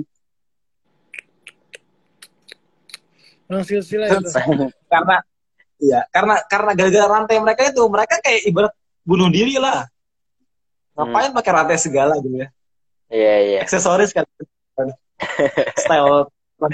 Silsilah itu. karena gara-gara rantai mereka kayak ibarat bunuh diri lah. Ngapain pakai rantai segala gitu ya? Iya. Aksesoris kan. Style.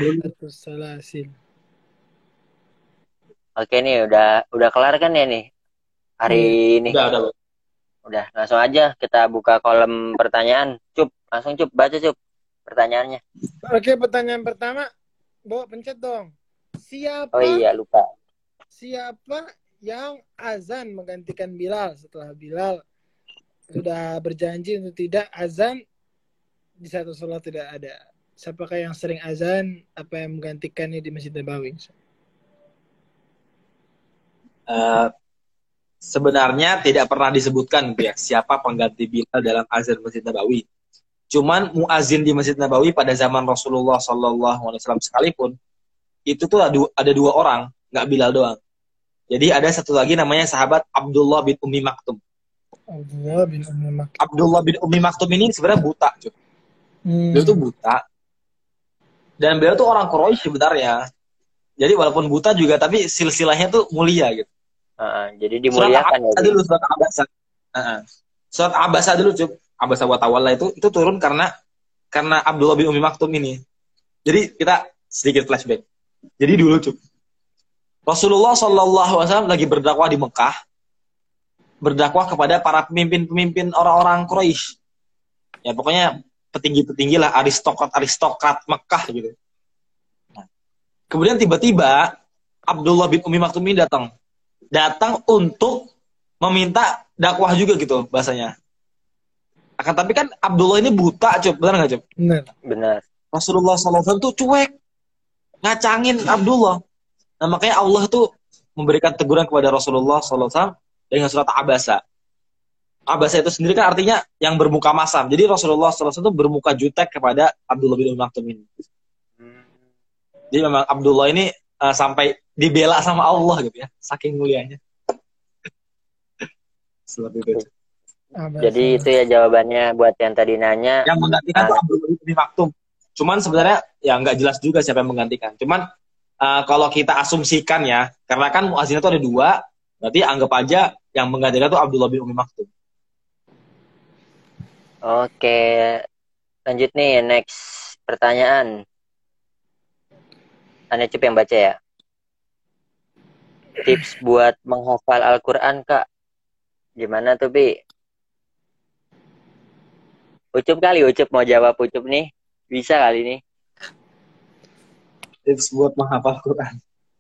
Oke nih, udah kelar kan ya nih hari ini? Udah, langsung aja kita buka kolom pertanyaan. Langsung baca pertanyaannya. Oke, pertanyaan pertama, Bo, pencet dong. Siapa? Oh iya, lupa. Siapa yang azan menggantikan Bilal setelah Bilal sudah berjanji untuk tidak azan di satu sholat tidak ada? Siapakah yang sering azan? Apa yang menggantikannya di Masjid Nabawi? Sebenarnya tidak pernah disebutkan ya siapa pengganti Bilal dalam azan Masjid Nabawi. Cuman muazin di Masjid Nabawi pada zaman Rasulullah SAW sekalipun itu tuh ada 2 orang, nggak Bilal doang. Jadi ada satu lagi namanya sahabat Abdullah bin Ummi Maktum. Abdullah bin Ummi Maktum ini sebenarnya buta, cuy. Beliau tuh buta. Dan beliau tuh orang Quraisy sebenarnya. Jadi walaupun buta juga, tapi silsilahnya tuh mulia gitu. Jadi dimuliakan ya. Surat Abasa. Surat Abasa dulu, cuy. Abasa wa tawalla itu turun karena Abdullah bin Ummi Maktum ini. Jadi kita sedikit flashback. Jadi dulu Rasulullah SAW lagi berdakwah di Mekah, berdakwah kepada para pemimpin orang-orang Quraisy. Ya pokoknya petinggi-petinggi lah, aristokrat Mekah gitu. Nah, kemudian tiba-tiba Abdullah bin Ummi Maktum ini datang. datang untuk meminta dakwah juga gitu bahasanya. Akan tapi kan Abdullah ini buta, Cup. Benar nggak, Cup? Benar. Benar. Rasulullah SAW tuh cuek, ngacangin Abdullah. Nah, makanya Allah tuh memberikan teguran kepada Rasulullah SAW dengan surat Abasa. Abasa itu sendiri kan artinya yang bermuka masam. Jadi Rasulullah SAW itu bermuka jutek kepada Abdullah bin Maktum ini. Jadi memang Abdullah ini sampai dibela sama Allah gitu ya, saking mulianya. Seperti itu. Jadi itu ya jawabannya buat yang tadi nanya. Yang menggantikan tuh Abdullah bin Maktum. Cuman sebenarnya ya nggak jelas juga siapa yang menggantikan. Cuman kalau kita asumsikan ya, karena kan muazzinnya itu ada 2, berarti anggap aja yang menggantikan tuh Abdullah bin Maktum. Oke, lanjut nih, next pertanyaan. Anda Cup yang baca ya. Tips buat menghafal Al-Quran, Kak. Gimana tuh, Bi? Ucup mau jawab Ucup nih. Bisa kali nih. Tips buat menghafal Quran.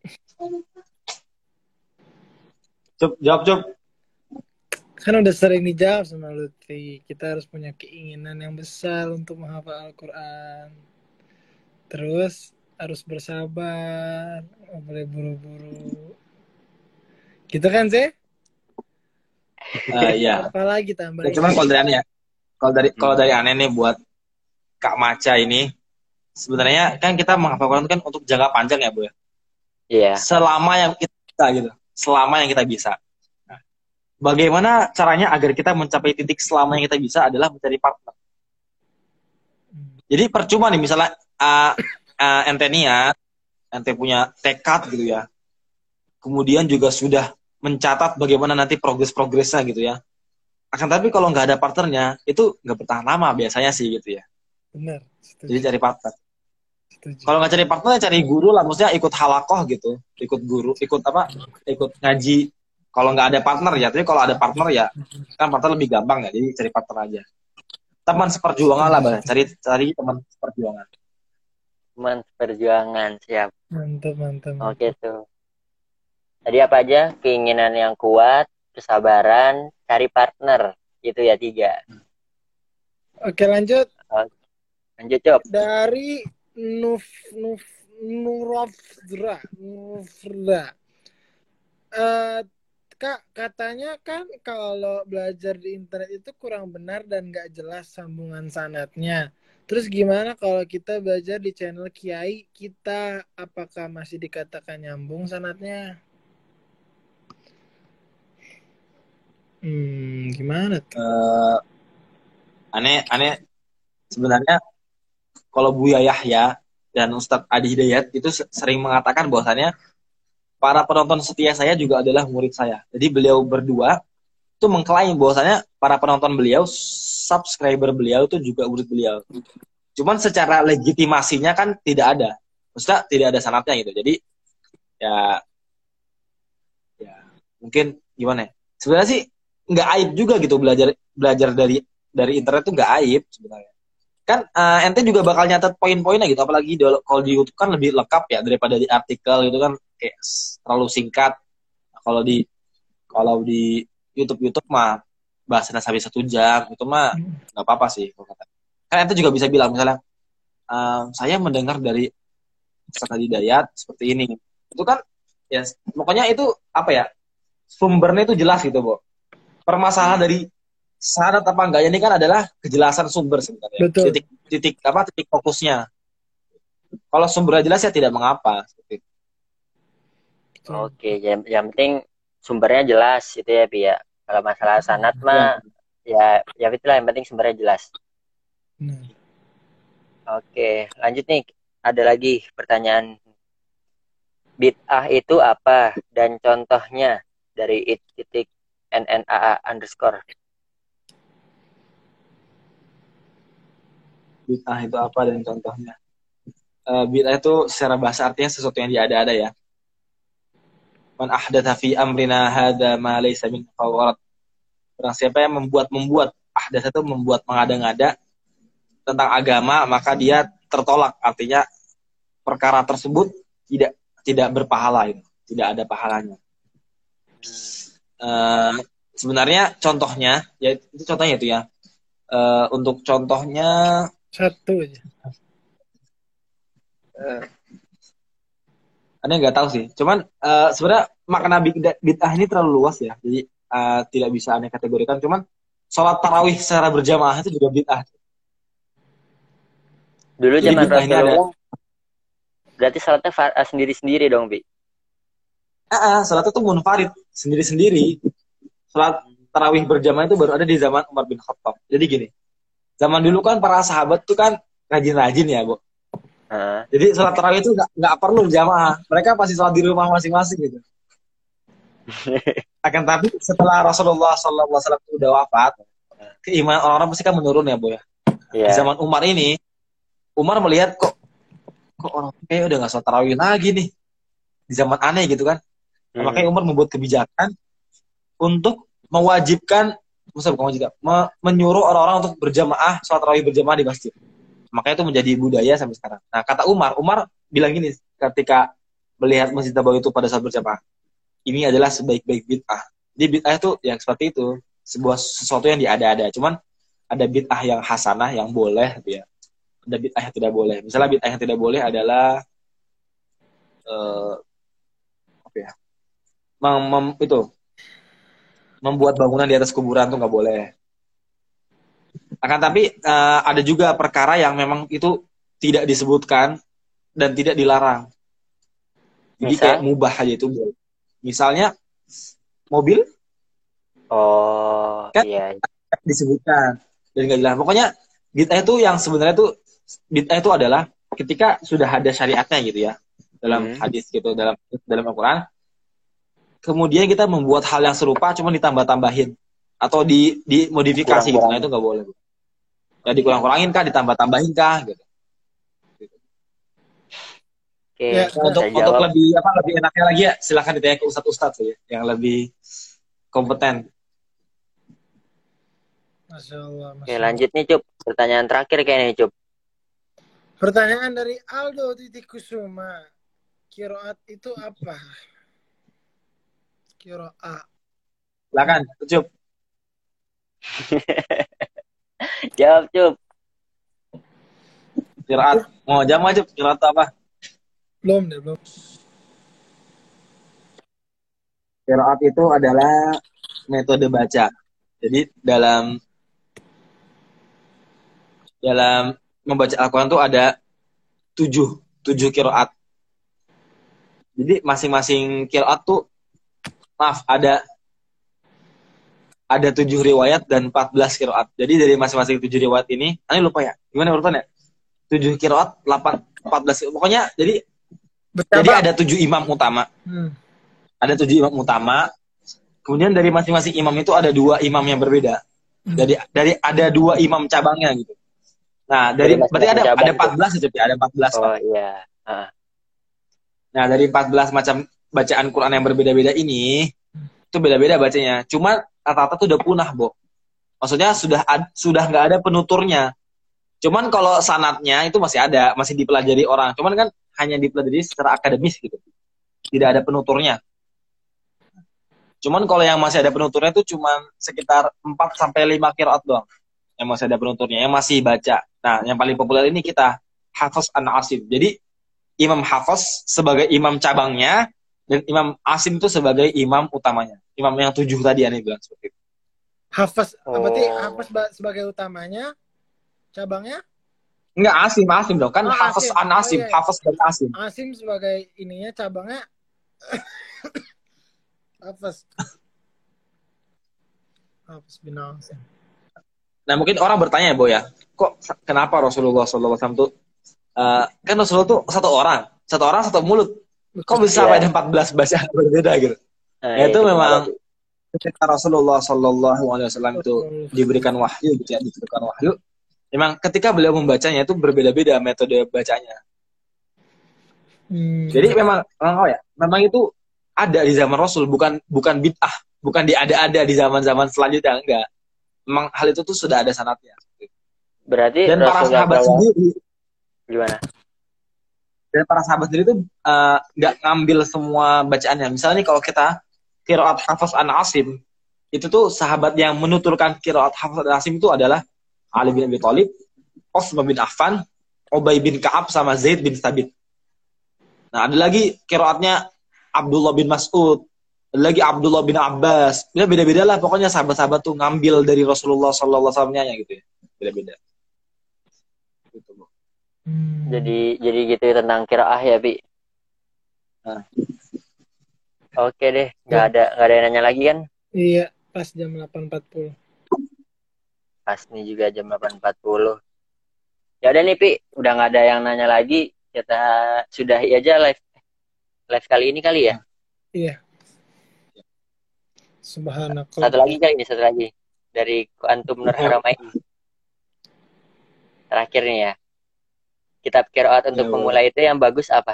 Cup, jawab Cup. Kan udah sering dijawab sama Lutfi. Kita harus punya keinginan yang besar untuk menghafal Al-Quran. Terus harus bersabar, nggak boleh buru-buru. Gitu kan, Zee? Iya. Apalagi tambahin. Cuman kalau dari aneh ya, kalau dari aneh nih buat Kak Maca ini, sebenarnya kan kita menghafal Quran kan untuk jangka panjang ya, Bu ya. Iya. Selama yang kita bisa gitu. Selama yang kita bisa. Nah, bagaimana caranya agar kita mencapai titik selama yang kita bisa adalah mencari partner. Jadi percuma nih misalnya ente niat, ente punya tekad gitu ya. Kemudian juga sudah mencatat bagaimana nanti progresnya gitu ya. Akan tapi kalau nggak ada partnernya, itu nggak bertahan lama biasanya sih gitu ya. Benar. Setuju. Jadi cari partner. Setuju. Kalau nggak cari partner, cari guru lah. Maksudnya ikut halakoh gitu. Ikut guru, ikut ngaji. Kalau nggak ada partner ya, tapi kalau ada partner ya, kan partner lebih gampang ya. Jadi cari partner aja. Teman seperjuangan lah, Bang. Cari teman seperjuangan. Teman seperjuangan, siap. Mantap. Oke tuh. Tadi apa aja? Keinginan yang kuat, kesabaran, cari partner. Itu ya 3. Oke, lanjut. Lanjut, Cop. Dari Nurafdra. Kak, katanya kan kalau belajar di internet itu kurang benar dan nggak jelas sambungan sanadnya. Terus gimana kalau kita belajar di channel Kiai kita, apakah masih dikatakan nyambung sanadnya? Gimana tuh? Aneh sebenarnya kalau Buya Yahya dan Ustadz Adi Hidayat itu sering mengatakan bahwasannya para penonton setia saya juga adalah murid saya. Jadi beliau berdua itu mengklaim bahwasannya para penonton beliau, subscriber beliau itu juga murid beliau. Cuman secara legitimasinya kan tidak ada. Maksudnya tidak ada sanadnya gitu. Jadi ya mungkin gimana ya? Sebenarnya sih nggak aib juga gitu belajar dari internet tuh nggak aib sebenarnya. Kan ente juga bakal nyatet poin-poinnya gitu, apalagi kalau di YouTube kan lebih lengkap ya daripada di artikel gitu kan, kayak terlalu singkat. Kalau di YouTube mah bahasanya sampai 1 jam itu mah nggak apa-apa sih. Kan ente juga bisa bilang misalnya saya mendengar dari Ustadz Hidayat seperti ini. Itu kan ya pokoknya itu apa ya, sumbernya itu jelas gitu, Bo. Permasalahan dari sanad apa enggaknya ini kan adalah kejelasan sumber sebenarnya. Betul. Titik fokusnya. Kalau sumbernya jelas ya tidak mengapa. Oke, yang penting sumbernya jelas itu ya, Pi ya. Kalau masalah sanad mah ya itulah, yang penting sumbernya jelas. Oke, lanjut nih. Ada lagi pertanyaan. Bid'ah itu apa dan contohnya dari it.nnaa_. Bid'ah itu apa dan contohnya? Bid'ah itu secara bahasa artinya sesuatu yang diada-ada ya. Man ahdatha fi amrina hadza ma laysa min fawarat. Barang siapa yang membuat ahdatha itu membuat mengada-ngada tentang agama, maka dia tertolak. Artinya perkara tersebut tidak berpahala itu, tidak ada pahalanya. Eh, sebenarnya contohnya, ya itu contohnya itu ya. Untuk contohnya, Satu aja. Anda nggak tahu sih. Cuman sebenarnya makna bid'ah ini terlalu luas ya. Jadi tidak bisa Anda kategorikan. Cuman sholat tarawih secara berjamaah itu juga bid'ah. Dulu Jadi zaman bid'ah ini ada. Rasulullah, berarti salatnya sendiri-sendiri dong, Bi. Sholat itu munfarid sendiri-sendiri. Sholat tarawih berjamaah itu baru ada di zaman Umar bin Khattab. Jadi gini, zaman dulu kan para sahabat tuh kan rajin-rajin ya, Bu. Jadi sholat tarawih itu nggak perlu jamaah. Mereka pasti sholat di rumah masing-masing gitu. Akan tapi setelah Rasulullah SAW itu udah wafat, keimanan orang-orang pasti kan menurun ya, Bu ya. Di Iya. zaman Umar ini, Umar melihat kok orang kayak udah nggak sholat tarawih lagi nih. Di zaman aneh gitu kan. Makanya Umar membuat kebijakan untuk mewajibkan, bukan mewajibkan, menyuruh orang-orang untuk berjamaah, sholat tarawih berjamaah di masjid. Makanya itu menjadi budaya sampai sekarang. Nah, kata Umar bilang gini ketika melihat Masjid Nabawi itu pada saat berjamaah, ini adalah sebaik-baik bid'ah. Jadi bid'ah itu yang seperti itu, sesuatu yang diada-ada. Cuman ada bid'ah yang hasanah, yang boleh, gitu ya. Ada bid'ah yang tidak boleh. Misalnya bid'ah yang tidak boleh adalah apa ya? Itu membuat bangunan di atas kuburan tuh nggak boleh. Akan tapi ada juga perkara yang memang itu tidak disebutkan dan tidak dilarang. Jadi kayak mubah aja itu boleh. Misalnya mobil, Oh, kan iya. disebutkan dan nggak dilarang. Pokoknya bid'ah itu yang sebenarnya tuh bid'ah itu adalah ketika sudah ada syariatnya gitu ya dalam hadis gitu dalam Al-Quran. Kemudian kita membuat hal yang serupa cuma ditambah-tambahin atau dimodifikasi gitu. Nah itu nggak boleh. Ya dikurang-kurangin kah, ditambah-tambahin kah gitu. Oke, Ya, untuk lebih enaknya lagi ya silakan ditanya ke ustadz ya yang lebih kompeten. Masya Allah. Oke, lanjut nih, Cup. Pertanyaan terakhir kayaknya, Cup. Pertanyaan dari Aldo Titik Kusuma. Kiroat itu apa? Kiroat. Silakan, Cup. Jawab, Cup. Kiroat. Mau jam aja kiroat apa? Belum. Kiroat itu adalah metode baca. Jadi dalam membaca Al-Quran itu ada tujuh kiroat. Jadi masing-masing kiroat tuh ada 7 riwayat dan 14 kiroat. Jadi dari masing-masing 7 riwayat ini, aneh lupa ya, gimana urutannya? 7 kiroat, 14. Pokoknya jadi ada 7 imam utama. Ada 7 imam utama. Kemudian dari masing-masing imam itu ada 2 imam yang berbeda. Jadi ada 2 imam cabangnya gitu. Nah, berarti ada 14 aja, ada 14. Oh iya. Nah, dari 14 macam bacaan Quran yang berbeda-beda ini, itu beda-beda bacanya. Cuma rata-rata tuh udah punah, Bo. Maksudnya sudah nggak ada penuturnya. Cuman kalau sanatnya itu masih ada, masih dipelajari orang. Cuman kan hanya dipelajari secara akademis gitu. Tidak ada penuturnya. Cuman kalau yang masih ada penuturnya itu cuma sekitar 4-5 qiraat doang. Yang masih ada penuturnya, yang masih baca. Nah, yang paling populer ini kita Hafiz an Asim. Jadi Imam Hafiz sebagai imam cabangnya dan Imam Asim itu sebagai imam utamanya. Imam yang 7 tadi aneh bilang seperti itu. Hafiz, berarti Hafiz sebagai utamanya, cabangnya? Enggak, Asim dong. Kan Hafiz an Asim, iya. Hafiz dan Asim. Asim sebagai ininya, cabangnya Hafiz bin Asim. Nah, mungkin orang bertanya, Bo ya, kok kenapa Rasulullah SAW tuh kan Rasulullah tuh satu orang satu mulut. Kok bisa sampai ada 14 bacaan berbeda gitu? Itu memang ketika Rasulullah SAW itu diberikan wahyu gitu ya, memang ketika beliau membacanya itu berbeda-beda metode bacanya. Jadi memang itu ada di zaman Rasul, bukan bid'ah, bukan diada-ada di zaman-zaman selanjutnya, enggak. Memang hal itu tuh sudah ada sanadnya. Berarti dan para sahabat sendiri gimana? Dan para sahabat sendiri itu nggak ngambil semua bacaannya. Misalnya nih kalau kita qiraat Hafs an Asim, itu tuh sahabat yang menuturkan qiraat Hafs an Asim itu adalah Ali bin Abi Thalib, Utsman bin Affan, Ubay bin Ka'ab sama Zaid bin Thabit. Nah, ada lagi qiraatnya Abdullah bin Mas'ud, ada lagi Abdullah bin Abbas. Ya, beda-beda lah pokoknya sahabat-sahabat tuh ngambil dari Rasulullah sallallahu alaihi wasallam gitu ya. Beda-beda. Gitu, Bu. Jadi gitu ya tentang qiraah ya, Pi. Nah. Oke deh, nggak ada yang nanya lagi kan? Iya, pas jam 8.40. Pas nih juga jam 8.40. Ya udah nih, Pi, udah nggak ada yang nanya lagi. Kita sudahi aja live kali ini kali ya. Iya. Subhanallah. Satu lagi dari Antum Nur Haramain. Terakhir nih ya. Kitab qiraat untuk pemula itu yang bagus apa?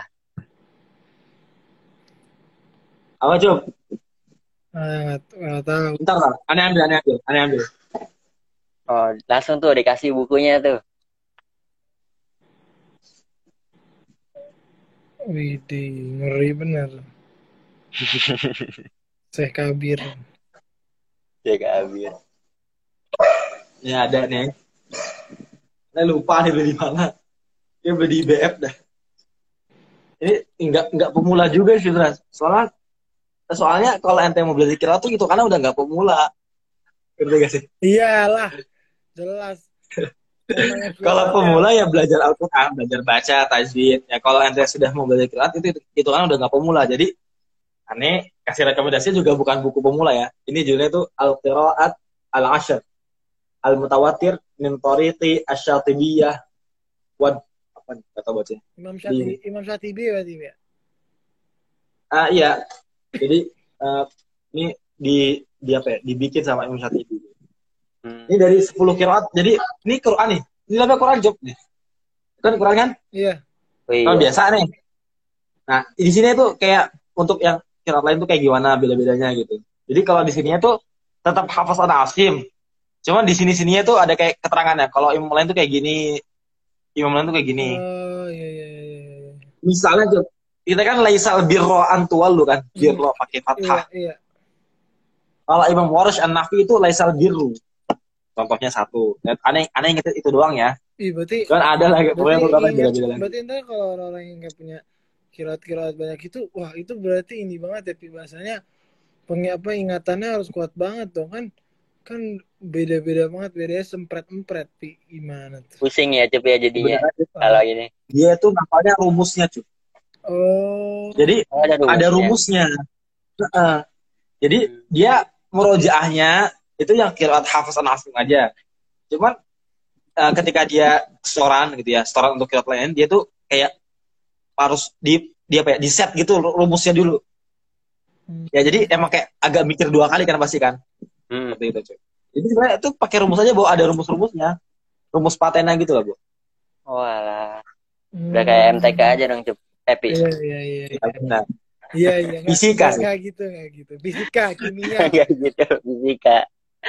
Apa, Cuk? Nggak tahu. Bentar. Aneh ambil. Oh, langsung tuh dikasih bukunya tuh. Widih, ngeri bener. Syekh Kabir. Ya ada nih. Saya lupa nih beli di mana. Dia beli di BF dah. Ini enggak pemula juga sih, Tras. Soalnya kalau ente mau belajar qiraat tuh gitu karena udah enggak pemula. Ngerti gak sih? Iyalah, jelas. Kalau pemula ya belajar Al-Quran, belajar baca, tajwid. Ya kalau ente sudah mau belajar qiraat itu kan udah enggak pemula. Jadi aneh kasih rekomendasi juga bukan buku pemula ya. Ini judulnya tuh Al-Qiraat Al-Ashr Al-Mutawatir min Tariqi Asy-Syatibiyah wa apa kata bacanya? Imam Syatibi berarti ya? Iya. Jadi ini di apa ya? Dibikin sama Imam Syatibi. Ini dari 10 qiraat. Jadi ini Quran nih. Ini namanya Quran Job nih. Kan Quran kan? Iya. Kalau biasa nih. Nah, di sini tuh kayak untuk yang qiraat lain tuh kayak gimana beda-bedanya gitu. Jadi kalau di sininya tuh tetap Hafs an Asim. Cuman di sini-sininya tuh ada kayak keterangannya. Kalau imam lain tuh kayak gini. Imam lain tuh kayak gini. Oh, iya. Misalnya tuh, kita kan laisal birro antual lu kan. Birro pakai fathah. Iya. Kalau Imam Warsh an-Nafi itu laisal birru. Contohnya satu. Aneh inget itu doang ya. Iya, berarti kan ada lah pokoknya beberapa beda-beda lagi. Berarti ntar kalau orang yang nggak punya kiraat banyak itu, wah itu berarti ini banget ya, Pi, bahasanya ingatannya harus kuat banget dong kan beda-beda banget, bedanya sempret-empret, Pi, gimana tuh? Pusing ya Cup ya jadinya kalau ini. Dia itu namanya rumusnya Cup. Oh. Jadi ada rumusnya. Jadi dia murojaahnya itu yang qiraat Hafs an Asim aja. Cuman ketika dia setoran gitu ya, setoran untuk qiraat lain, dia tuh kayak harus di set gitu rumusnya dulu. Ya jadi emang kayak agak mikir 2 kali kan pasti kan. Seperti itu, Cuy. Jadi sebenarnya itu pakai rumus aja, Bu, ada rumus-rumusnya. Rumus patennya gitu lah, Bu. Oh alah. Udah kayak MTK aja dong, Cup. Epi. Iya. Iya. Fisika sih. Enggak gitu. Fisika, kimia. Enggak gitu, fisika.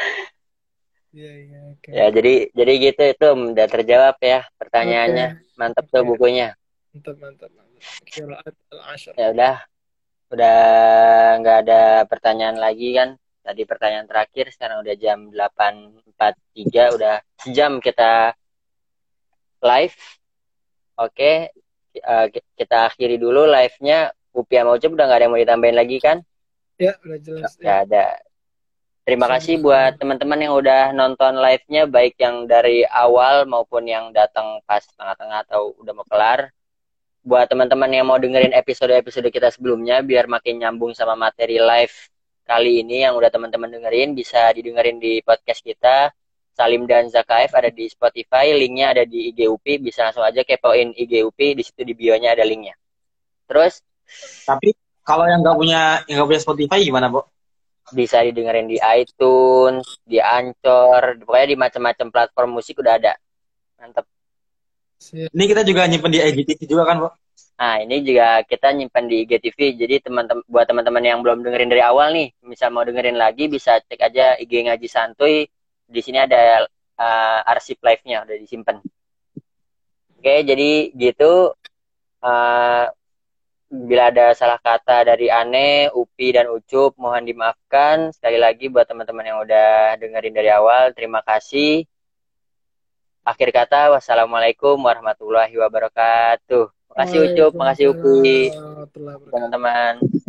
Iya. Okay. Ya, jadi gitu itu udah terjawab ya pertanyaannya. Okay. Mantap tuh bukunya. Mantap. Qiraat al-Ashr. Ya udah nggak ada pertanyaan lagi kan. Tadi pertanyaan terakhir, sekarang udah jam 8.43, udah sejam kita live. Oke, kita akhiri dulu live-nya. Upi sama Ucup udah nggak ada yang mau ditambahin lagi kan? Ya, udah jelas. Nggak ada. Terima kasih buat teman-teman yang udah nonton live-nya, baik yang dari awal maupun yang datang pas tengah-tengah atau udah mau kelar. Buat teman-teman yang mau dengerin episode-episode kita sebelumnya, biar makin nyambung sama materi live kali ini yang udah teman-teman dengerin, bisa didengerin di podcast kita, Salim dan Zakaev, ada di Spotify, linknya ada di IG UPI, bisa langsung aja kepoin IG UPI, di situ di bio-nya ada linknya. Terus, tapi kalau yang nggak punya Spotify gimana, Bu? Bisa didengerin di iTunes, di Anchor, pokoknya di macam-macam platform musik udah ada. Mantap. Ini kita juga nyimpen di IGTV juga kan, Bu? Nah, ini juga kita nyimpan di IGTV. Jadi buat teman-teman yang belum dengerin dari awal nih, misal mau dengerin lagi, bisa cek aja IG Ngaji Santuy. Di sini ada arsip live-nya udah disimpan. Oke, jadi gitu. Bila ada salah kata dari Ane, Upi, dan Ucup, mohon dimaafkan. Sekali lagi buat teman-teman yang udah dengerin dari awal, terima kasih. Akhir kata, wassalamualaikum warahmatullahi wabarakatuh. Makasih Ucup, makasih Waalaikumsalam Upi, warahmatullahi wabarakatuh. teman-teman.